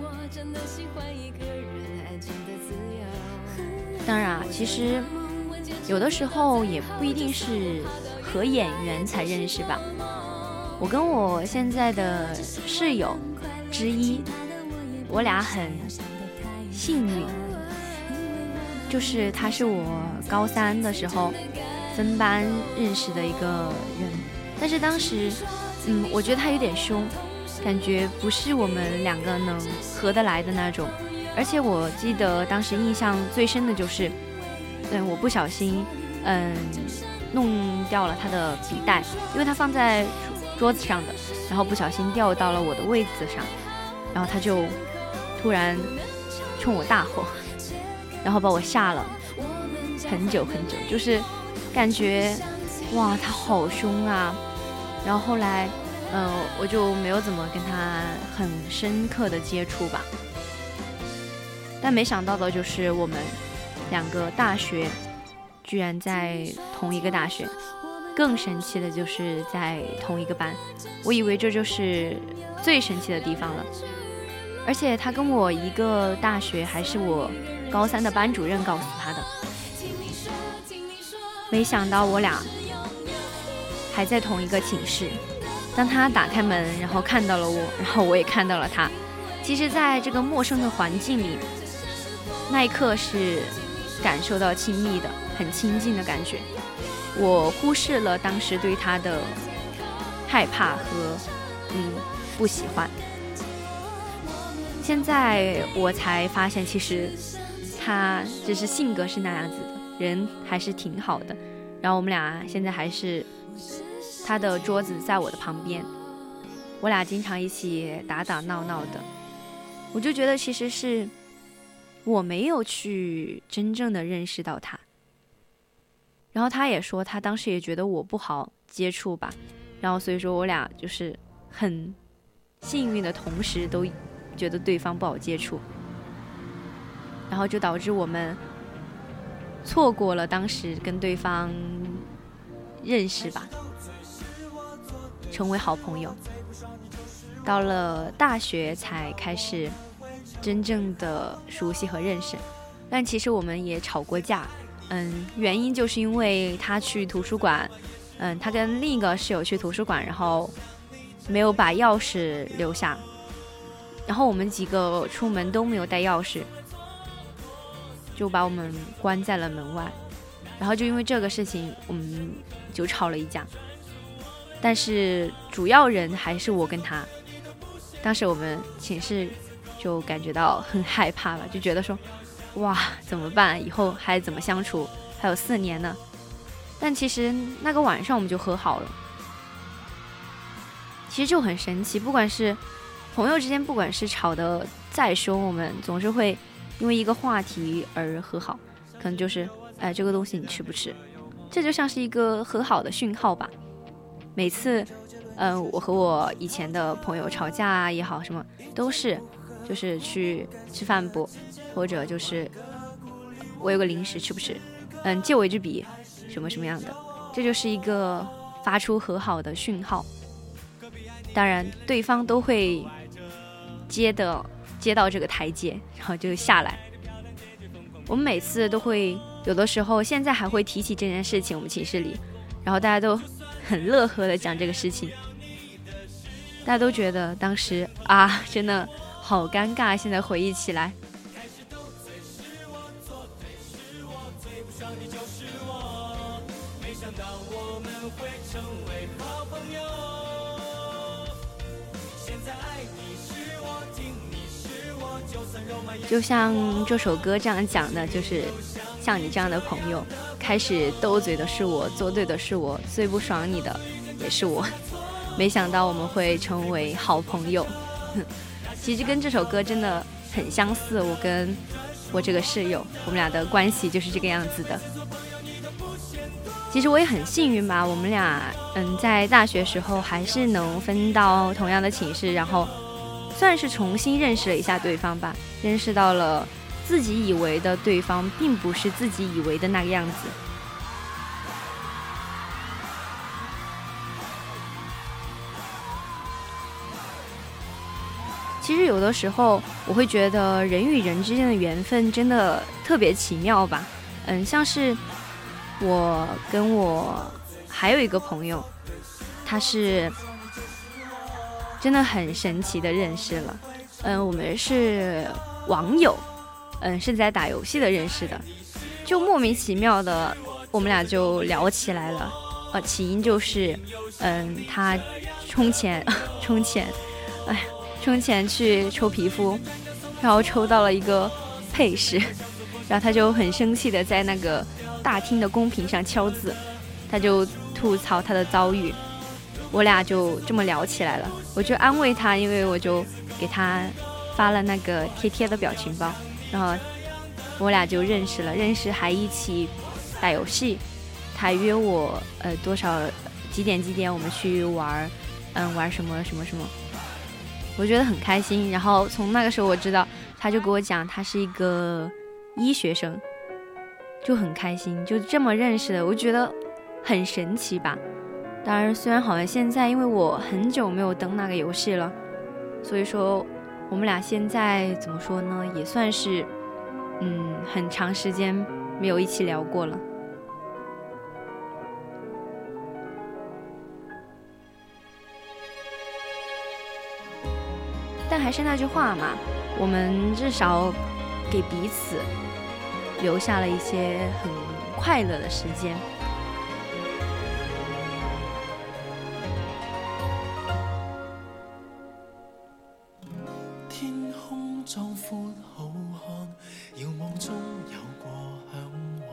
当然啊，其实有的时候也不一定是合眼缘才认识吧。我跟我现在的室友之一，我俩很幸运，就是他是我高三的时候分班认识的一个人，但是当时嗯，我觉得他有点凶，感觉不是我们两个能合得来的那种。而且我记得当时印象最深的就是，嗯，我不小心，嗯，弄掉了他的笔袋，因为他放在桌子上的，然后不小心掉到了我的位子上，然后他就突然冲我大吼，然后把我吓了很久很久，就是感觉哇，他好凶啊！然后后来，嗯、呃，我就没有怎么跟他很深刻的接触吧。但没想到的就是我们两个大学居然在同一个大学，更神奇的就是在同一个班，我以为这就是最神奇的地方了。而且他跟我一个大学，还是我高三的班主任告诉他的。没想到我俩还在同一个寝室，当他打开门，然后看到了我，然后我也看到了他。其实在这个陌生的环境里，那一刻是感受到亲密的，很亲近的感觉。我忽视了当时对他的害怕和嗯不喜欢。现在我才发现，其实他只是性格是那样子的，人还是挺好的。然后我们俩现在还是，他的桌子在我的旁边，我俩经常一起打打闹闹的。我就觉得其实是我没有去真正的认识到他，然后他也说他当时也觉得我不好接触吧，然后所以说我俩就是很幸运的同时都觉得对方不好接触，然后就导致我们错过了当时跟对方认识吧，成为好朋友。到了大学才开始真正的熟悉和认识，但其实我们也吵过架，嗯，原因就是因为他去图书馆，嗯，他跟另一个室友去图书馆，然后没有把钥匙留下，然后我们几个出门都没有带钥匙，就把我们关在了门外，然后就因为这个事情我们就吵了一架，但是主要人还是我跟他。当时我们寝室就感觉到很害怕了，就觉得说哇怎么办，以后还怎么相处，还有四年呢。但其实那个晚上我们就和好了，其实就很神奇，不管是朋友之间，不管是吵得再凶，我们总是会因为一个话题而和好，可能就是哎这个东西你吃不吃，这就像是一个和好的讯号吧。每次嗯、呃，我和我以前的朋友吵架也好，什么都是就是去吃饭不，或者就是我有个零食吃不吃？嗯，借我一支笔，什么什么样的，这就是一个发出和好的讯号。当然对方都会接的接到这个台阶，然后就下来。我们每次都会，有的时候现在还会提起这件事情，我们寝室里，然后大家都很乐呵的讲这个事情，大家都觉得当时啊真的好尴尬，现在回忆起来。就像这首歌这样讲的，就是像你这样的朋友，开始斗嘴的是我，作对的是我，最不爽你的也是我，没想到我们会成为好朋友。其实跟这首歌真的很相似，我跟我这个室友，我们俩的关系就是这个样子的。其实我也很幸运吧，我们俩嗯在大学时候还是能分到同样的寝室，然后算是重新认识了一下对方吧，认识到了自己以为的对方并不是自己以为的那个样子。其实有的时候我会觉得人与人之间的缘分真的特别奇妙吧。嗯，像是我跟我还有一个朋友，他是真的很神奇的认识了。嗯，我们是网友，嗯，是在打游戏的认识的，就莫名其妙的我们俩就聊起来了。呃，起因就是嗯他充钱充钱哎充钱去抽皮肤，然后抽到了一个配饰，然后他就很生气的在那个大厅的公屏上敲字，他就吐槽他的遭遇，我俩就这么聊起来了。我就安慰他，因为我就给他发了那个贴贴的表情包，然后我俩就认识了，认识还一起打游戏，他约我呃多少几点几点我们去玩，嗯玩什么什么什么，我觉得很开心。然后从那个时候我知道，他就给我讲他是一个医学生，就很开心，就这么认识的，我觉得很神奇吧。当然虽然好像现在因为我很久没有登那个游戏了，所以说我们俩现在怎么说呢，也算是嗯很长时间没有一起聊过了。但还是那句话嘛，我们至少给彼此留下了一些很快乐的时间。 天空壯闊好看，遙望中有過向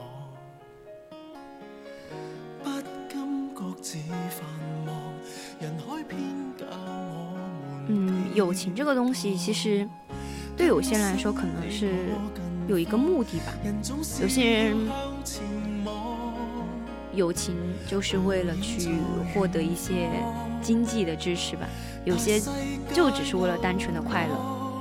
往，不甘各自繁忙，人海偏教我們。 嗯，友情这个东西其实对有些人来说可能是有一个目的吧。有些人友情就是为了去获得一些经济的支持吧，有些就只是为了单纯的快乐，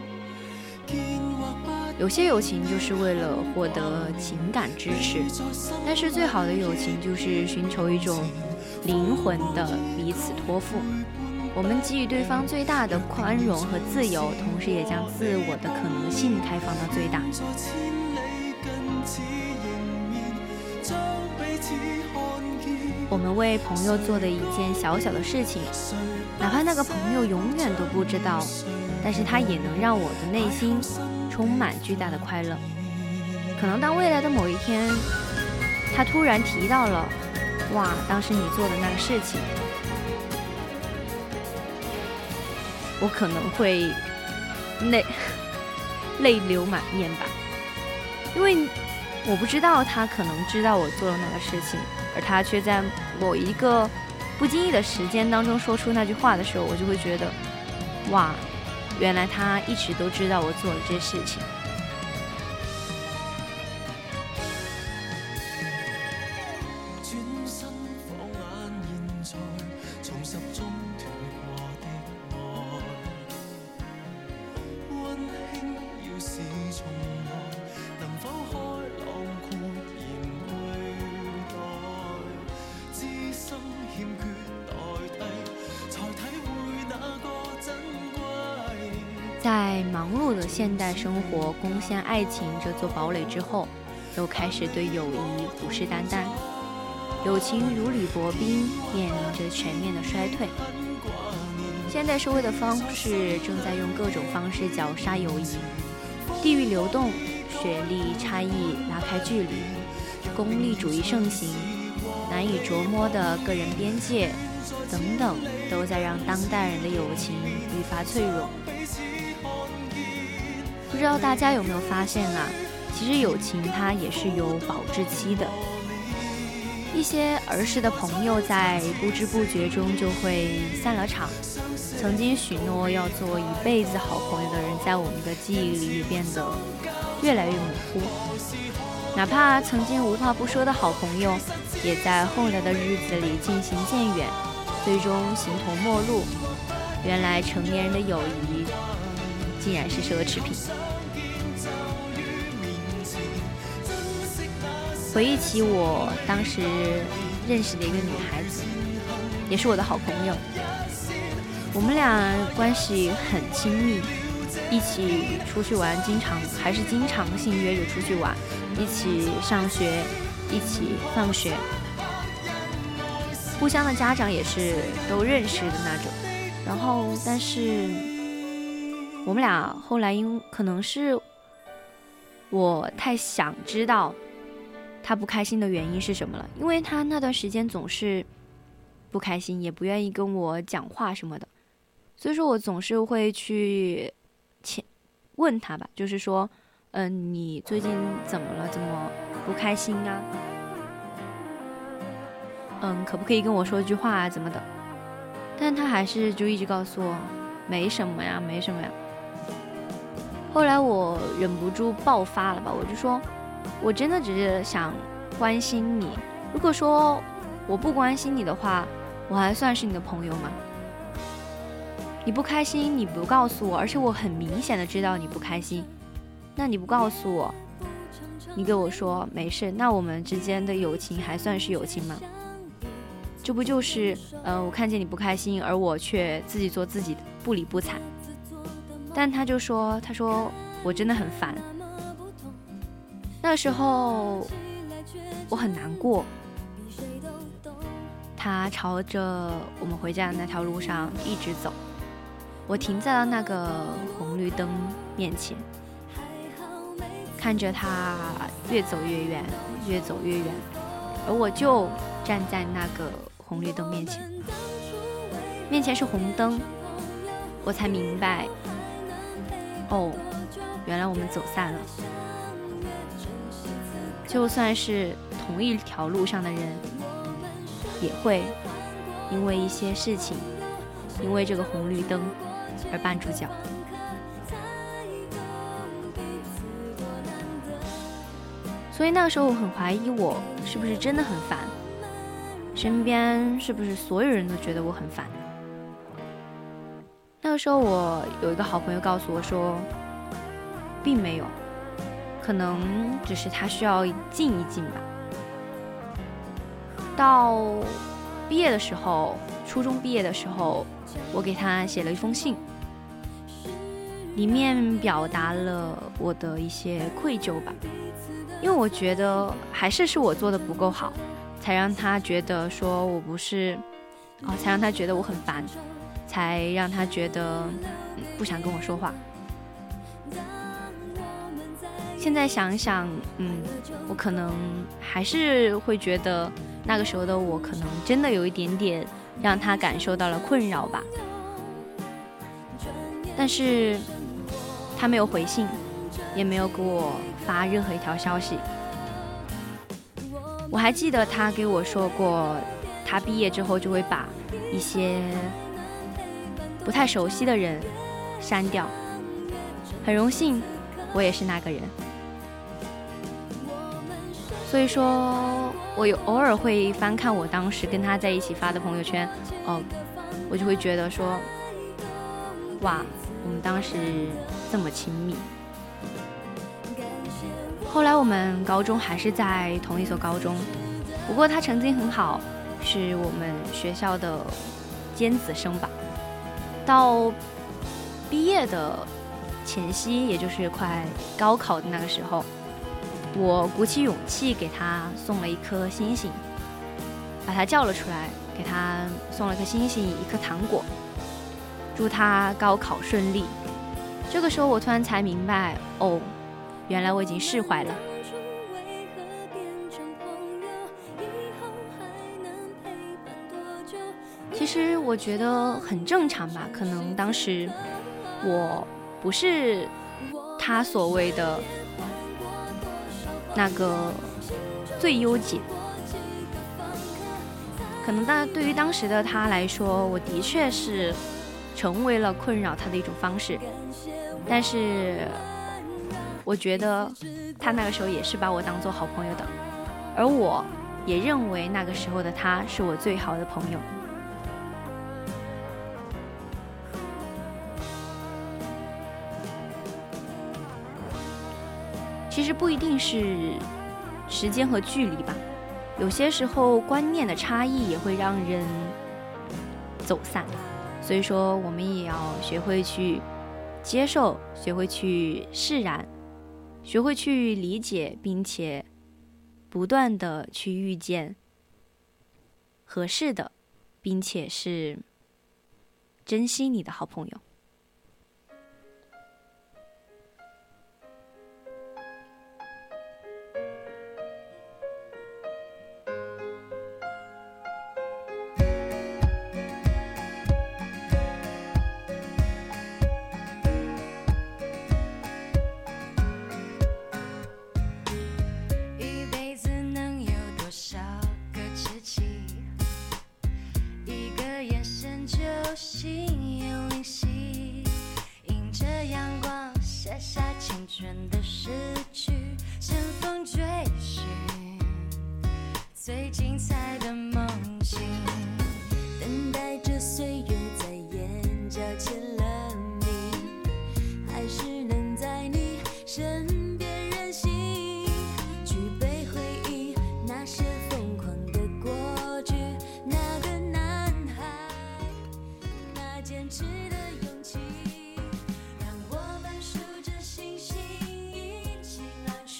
有些友情就是为了获得情感支持。但是最好的友情就是寻求一种灵魂的彼此托付，我们给予对方最大的宽容和自由，同时也将自我的可能性开放到最大。我们为朋友做的一件小小的事情，哪怕那个朋友永远都不知道，但是他也能让我的内心充满巨大的快乐。可能当未来的某一天，他突然提到了，哇，当时你做的那个事情，我可能会泪泪流满面吧，因为我不知道他可能知道我做了那个事情，而他却在某一个不经意的时间当中说出那句话的时候，我就会觉得，哇，原来他一直都知道我做了这些事情。 在忙碌的现代生活攻陷爱情这座堡垒之后，又开始对友谊虎视眈眈，友情如履薄冰，面临着全面的衰退。现代社会的方式正在用各种方式绞杀友谊，地域流动、学历差异拉开距离，功利主义盛行，难以琢磨的个人边界等等，都在让当代人的友情愈发脆弱。不知道大家有没有发现啊，其实友情它也是有保质期的。一些儿时的朋友在不知不觉中就会散了场，曾经许诺要做一辈子好朋友的人，在我们的记忆里变得越来越模糊。哪怕曾经无话不说的好朋友，也在后来的日子里渐行渐远，最终形同陌路。原来成年人的友谊竟然是奢侈品。回忆起我当时认识的一个女孩子，也是我的好朋友，我们俩关系很亲密，一起出去玩，经常还是经常性约着出去玩，一起上学，一起放学，互相的家长也是都认识的那种。然后但是我们俩后来因可能是我太想知道他不开心的原因是什么了，因为他那段时间总是不开心，也不愿意跟我讲话什么的，所以说我总是会去问他吧，就是说嗯、呃，你最近怎么了，怎么不开心啊，嗯，可不可以跟我说一句话啊，怎么的。但他还是就一直告诉我没什么呀，没什么呀。后来我忍不住爆发了吧，我就说我真的只是想关心你，如果说我不关心你的话，我还算是你的朋友吗？你不开心你不告诉我，而且我很明显的知道你不开心，那你不告诉我，你跟我说没事，那我们之间的友情还算是友情吗？这不就是呃，我看见你不开心，而我却自己做自己的，不理不睬。但他就说他说我真的很烦。那时候我很难过，他朝着我们回家的那条路上一直走，我停在了那个红绿灯面前，看着他越走越远，越走越远，而我就站在那个红绿灯面前，面前是红灯，我才明白，哦，原来我们走散了。就算是同一条路上的人，也会因为一些事情，因为这个红绿灯而绊住脚。所以那个时候我很怀疑，我是不是真的很烦，身边是不是所有人都觉得我很烦。那个时候我有一个好朋友告诉我说，并没有，可能只是他需要静一静吧。到毕业的时候，初中毕业的时候，我给他写了一封信，里面表达了我的一些愧疚吧，因为我觉得还是是我做的不够好，才让他觉得说我不是啊、哦，才让他觉得我很烦，才让他觉得、嗯、不想跟我说话。现在想想，嗯，我可能还是会觉得那个时候的我可能真的有一点点让他感受到了困扰吧。但是他没有回信，也没有给我发任何一条消息。我还记得他给我说过，他毕业之后就会把一些不太熟悉的人删掉。很荣幸我也是那个人。所以说我有偶尔会翻看我当时跟他在一起发的朋友圈，哦，我就会觉得说，哇，我们当时这么亲密。后来我们高中还是在同一所高中，不过他成绩很好，是我们学校的尖子生吧。到毕业的前夕，也就是快高考的那个时候，我鼓起勇气给他送了一颗星星，把他叫了出来，给他送了一颗星星，一颗糖果，祝他高考顺利。这个时候我突然才明白，哦，原来我已经释怀了。其实我觉得很正常吧，可能当时我不是他所谓的那个最优解，可能当对于当时的他来说，我的确是成为了困扰他的一种方式，但是我觉得他那个时候也是把我当做好朋友的，而我也认为那个时候的他是我最好的朋友。其实不一定是时间和距离吧，有些时候观念的差异也会让人走散，所以说我们也要学会去接受，学会去释然，学会去理解，并且不断的去遇见合适的，并且是珍惜你的好朋友。 最精彩的梦醒，等待着岁月在眼角牵了你，还是能在你身边任性，举杯回忆那些疯狂的过去，那个男孩，那坚持的勇气，让我们数着星星一起老去。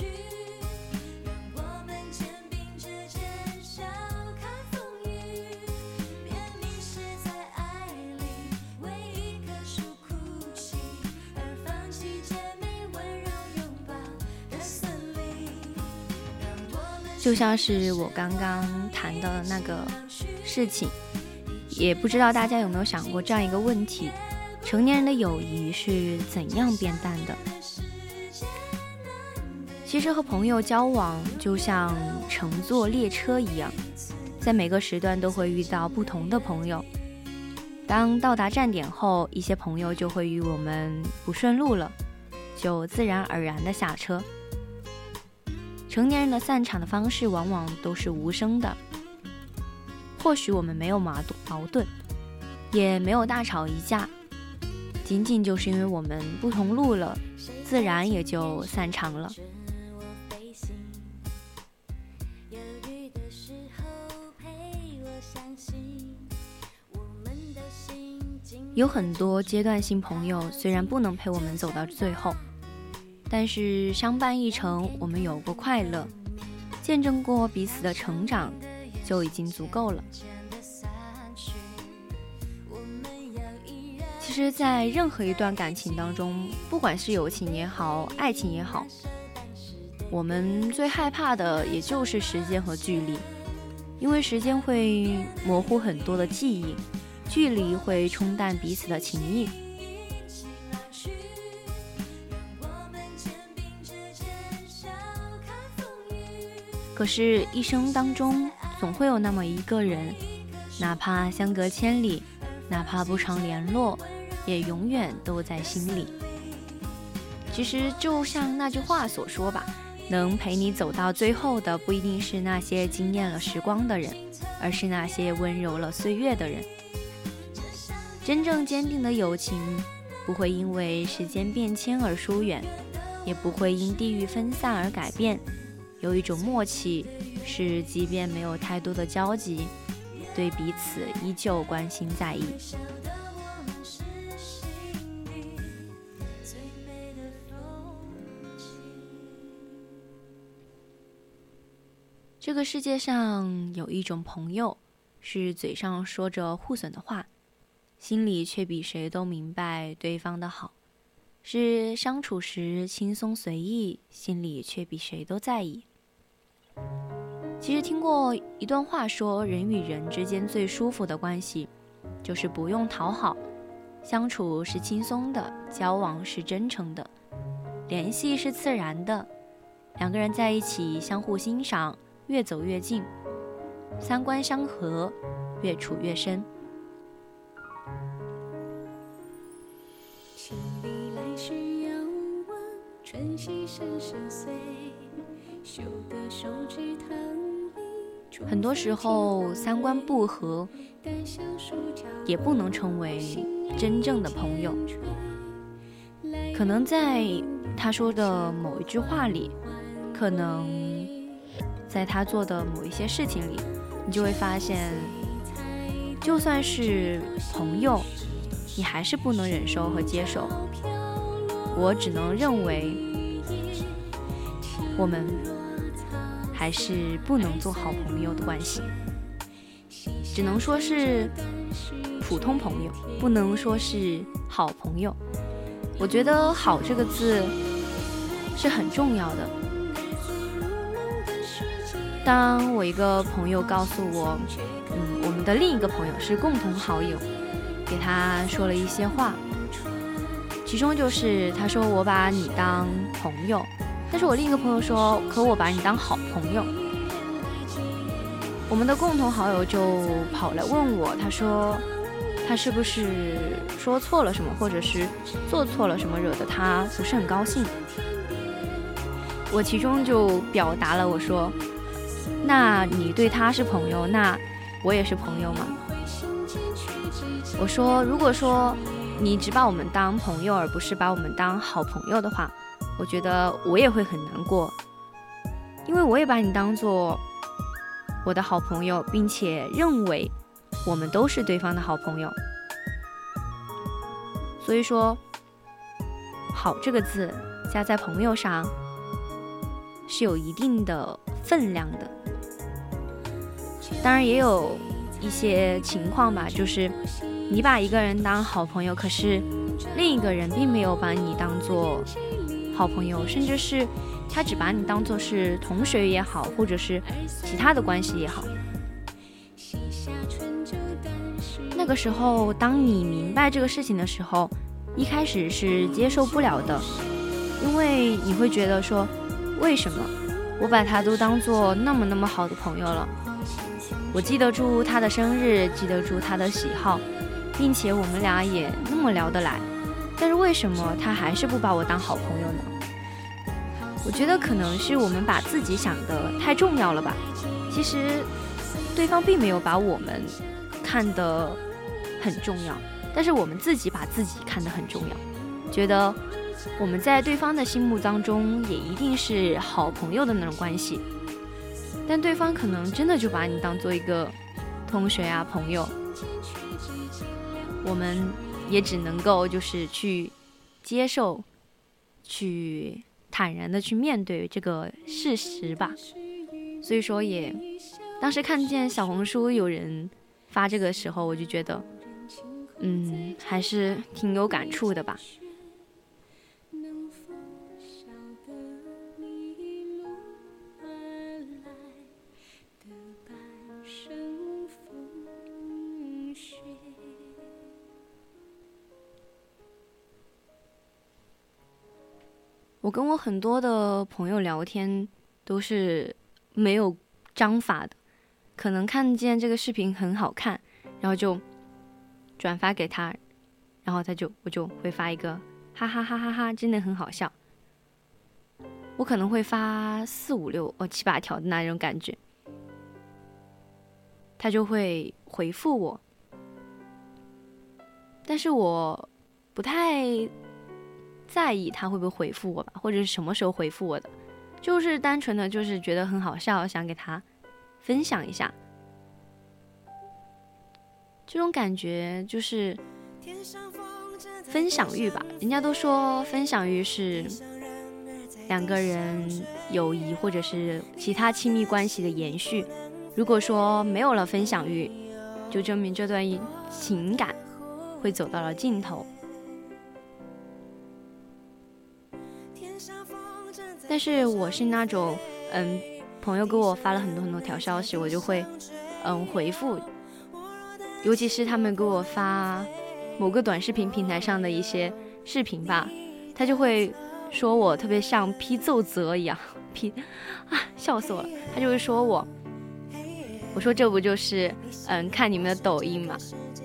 就像是我刚刚谈到的那个事情，也不知道大家有没有想过这样一个问题：成年人的友谊是怎样变淡的？其实和朋友交往就像乘坐列车一样，在每个时段都会遇到不同的朋友。当到达站点后，一些朋友就会与我们不顺路了，就自然而然的下车。成年人的散场的方式往往都是无声的，或许我们没有矛盾，也没有大吵一架，仅仅就是因为我们不同路了，自然也就散场了。有很多阶段性朋友虽然不能陪我们走到最后，但是相伴一程，我们有过快乐，见证过彼此的成长，就已经足够了。其实在任何一段感情当中，不管是友情也好，爱情也好，我们最害怕的也就是时间和距离，因为时间会模糊很多的记忆，距离会冲淡彼此的情谊。可是一生当中总会有那么一个人，哪怕相隔千里，哪怕不常联络，也永远都在心里。其实就像那句话所说吧，能陪你走到最后的不一定是那些惊艳了时光的人，而是那些温柔了岁月的人。真正坚定的友情不会因为时间变迁而疏远，也不会因地域分散而改变。有一种默契，是即便没有太多的交集，对彼此依旧关心在意。 这个世界上有一种朋友，是嘴上说着互损的话，心里却比谁都明白对方的好，是相处时轻松随意，心里却比谁都在意。其实听过一段话说，人与人之间最舒服的关系，就是不用讨好，相处是轻松的，交往是真诚的，联系是自然的，两个人在一起相互欣赏，越走越近，三观相合，越处越深。 千里来时遥望，春溪声声碎，修得手指弹力。 很多时候三观不合也不能成为真正的朋友，可能在他说的某一句话里，可能在他做的某一些事情里，你就会发现，就算是朋友，你还是不能忍受和接受。我只能认为，我们还是不能做好朋友的关系，只能说是普通朋友，不能说是好朋友。我觉得好这个字是很重要的。当我一个朋友告诉我，嗯，我们的另一个朋友是共同好友，给他说了一些话，其中就是他说我把你当朋友，但是我另一个朋友说，可我把你当好朋友。我们的共同好友就跑来问我，他说他是不是说错了什么，或者是做错了什么，惹得他不是很高兴。我其中就表达了，我说，那你对他是朋友，那我也是朋友吗？我说，如果说你只把我们当朋友，而不是把我们当好朋友的话，我觉得我也会很难过，因为我也把你当做我的好朋友，并且认为我们都是对方的好朋友。所以说，好这个字加在朋友上是有一定的分量的。当然也有一些情况吧，就是你把一个人当好朋友，可是另一个人并没有把你当做好朋友，甚至是他只把你当作是同学也好，或者是其他的关系也好。那个时候当你明白这个事情的时候，一开始是接受不了的，因为你会觉得说，为什么我把他都当作那么那么好的朋友了，我记得住他的生日，记得住他的喜好，并且我们俩也那么聊得来，但是为什么他还是不把我当好朋友呢？我觉得可能是我们把自己想得太重要了吧，其实对方并没有把我们看得很重要，但是我们自己把自己看得很重要，觉得我们在对方的心目当中也一定是好朋友的那种关系，但对方可能真的就把你当做一个同学啊朋友，我们也只能够就是去接受，去坦然的去面对这个事实吧。所以说也当时看见小红书有人发这个时候，我就觉得嗯还是挺有感触的吧。我跟我很多的朋友聊天都是没有章法的，可能看见这个视频很好看，然后就转发给他，然后他就我就会发一个哈哈哈哈哈，真的很好笑。我可能会发四五六哦七八条的那种感觉，他就会回复我，但是我不太在意他会不会回复我吧，或者是什么时候回复我的，就是单纯的就是觉得很好笑，想给他分享一下。这种感觉就是分享欲吧，人家都说分享欲是两个人友谊或者是其他亲密关系的延续。如果说没有了分享欲，就证明这段情感会走到了尽头。但是我是那种嗯，朋友给我发了很多很多条消息，我就会嗯回复，尤其是他们给我发某个短视频平台上的一些视频吧，他就会说我特别像批奏折一样，批啊笑死我了，他就会说我，我说这不就是嗯看你们的抖音嘛。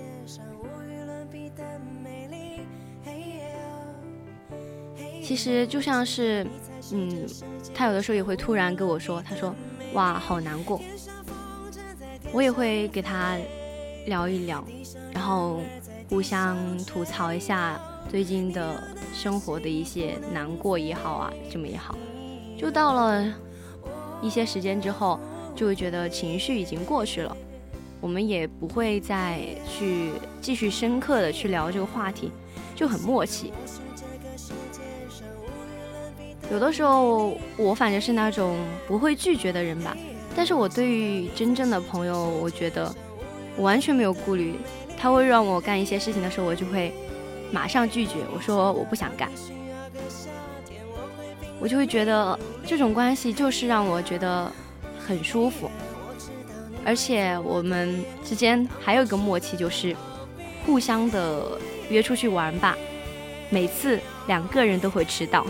其实就像是嗯，他有的时候也会突然跟我说，他说哇好难过，我也会给他聊一聊，然后互相吐槽一下最近的生活的一些难过也好啊，这么也好，就到了一些时间之后，就会觉得情绪已经过去了，我们也不会再去继续深刻的去聊这个话题，就很默契。有的时候我反正是那种不会拒绝的人吧，但是我对于真正的朋友，我觉得我完全没有顾虑，他会让我干一些事情的时候，我就会马上拒绝，我说我不想干，我就会觉得这种关系就是让我觉得很舒服。而且我们之间还有一个默契，就是互相的约出去玩吧，每次两个人都会迟到。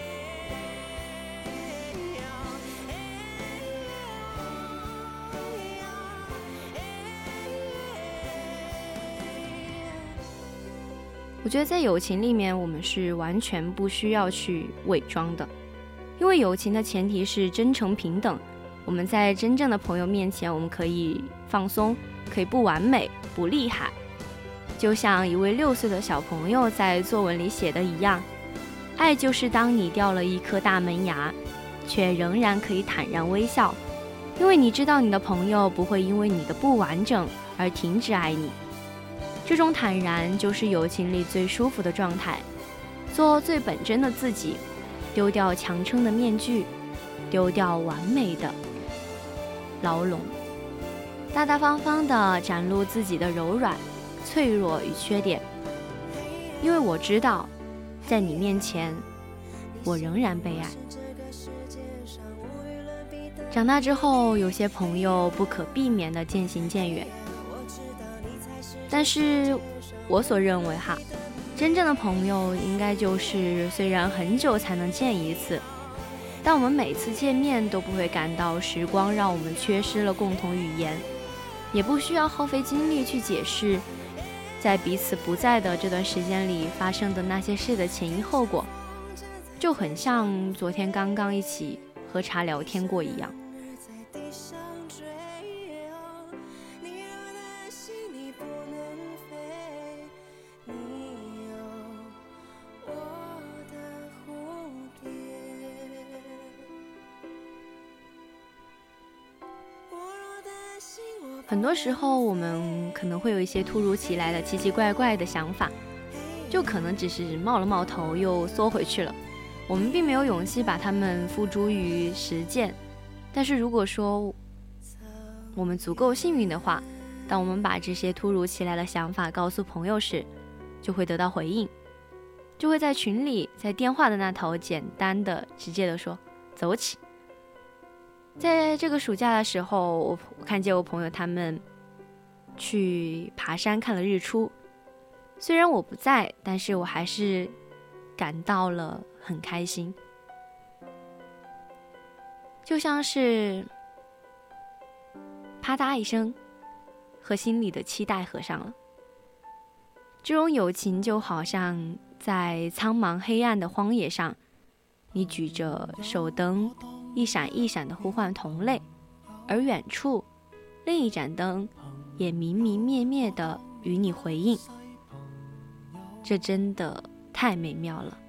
我觉得在友情里面，我们是完全不需要去伪装的，因为友情的前提是真诚平等。我们在真正的朋友面前，我们可以放松，可以不完美不厉害，就像一位六岁的小朋友在作文里写的一样，爱就是当你掉了一颗大门牙，却仍然可以坦然微笑，因为你知道你的朋友不会因为你的不完整而停止爱你。这种坦然就是友情里最舒服的状态，做最本真的自己，丢掉强撑的面具，丢掉完美的牢笼，大大方方地展露自己的柔软、脆弱与缺点。因为我知道，在你面前，我仍然被爱。长大之后，有些朋友不可避免地渐行渐远，但是我所认为哈，真正的朋友应该就是虽然很久才能见一次，但我们每次见面都不会感到时光让我们缺失了共同语言，也不需要耗费精力去解释在彼此不在的这段时间里发生的那些事的前因后果，就很像昨天刚刚一起喝茶聊天过一样。很多时候我们可能会有一些突如其来的奇奇怪怪的想法，就可能只是冒了冒头又缩回去了，我们并没有勇气把它们付诸于实践。但是如果说我们足够幸运的话，当我们把这些突如其来的想法告诉朋友时，就会得到回应，就会在群里在电话的那头简单的直接的说走起。在这个暑假的时候，我看见我朋友他们去爬山看了日出，虽然我不在，但是我还是感到了很开心，就像是啪嗒一声，和心里的期待合上了。这种友情就好像在苍茫黑暗的荒野上，你举着手灯一闪一闪地呼唤同类，而远处另一盏灯也明明灭灭地与你回应，这真的太美妙了。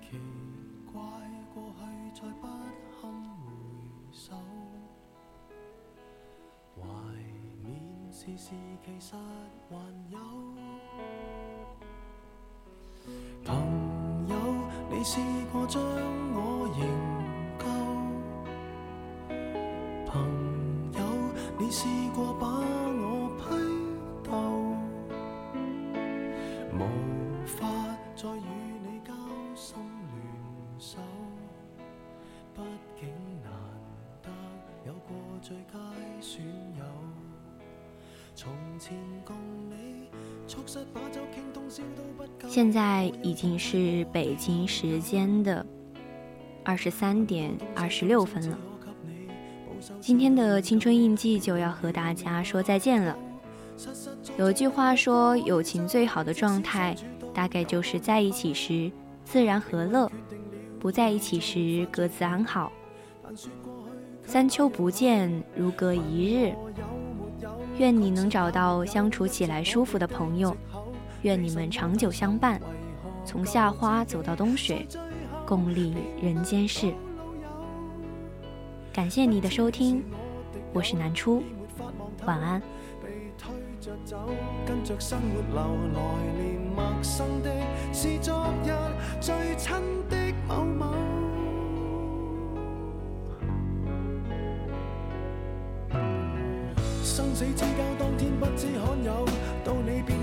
朋友，你試過將我仍你试过把我批斗，无法再与你交心联手，毕竟难得有过最佳损友，从前共你促膝把酒倾通宵都不够。 现在已经是北京时间的二十三点二十六分了，今天的青春印记就要和大家说再见了。有句话说，友情最好的状态大概就是在一起时自然和乐，不在一起时各自安好。三秋不见，如隔一日。愿你能找到相处起来舒服的朋友，愿你们长久相伴，从夏花走到冬雪，共历人间事。感谢你的收听，我是南初，晚安。 跟着生活流来年陌生的是昨日最亲的某某，生死之交当天不知罕有，到你變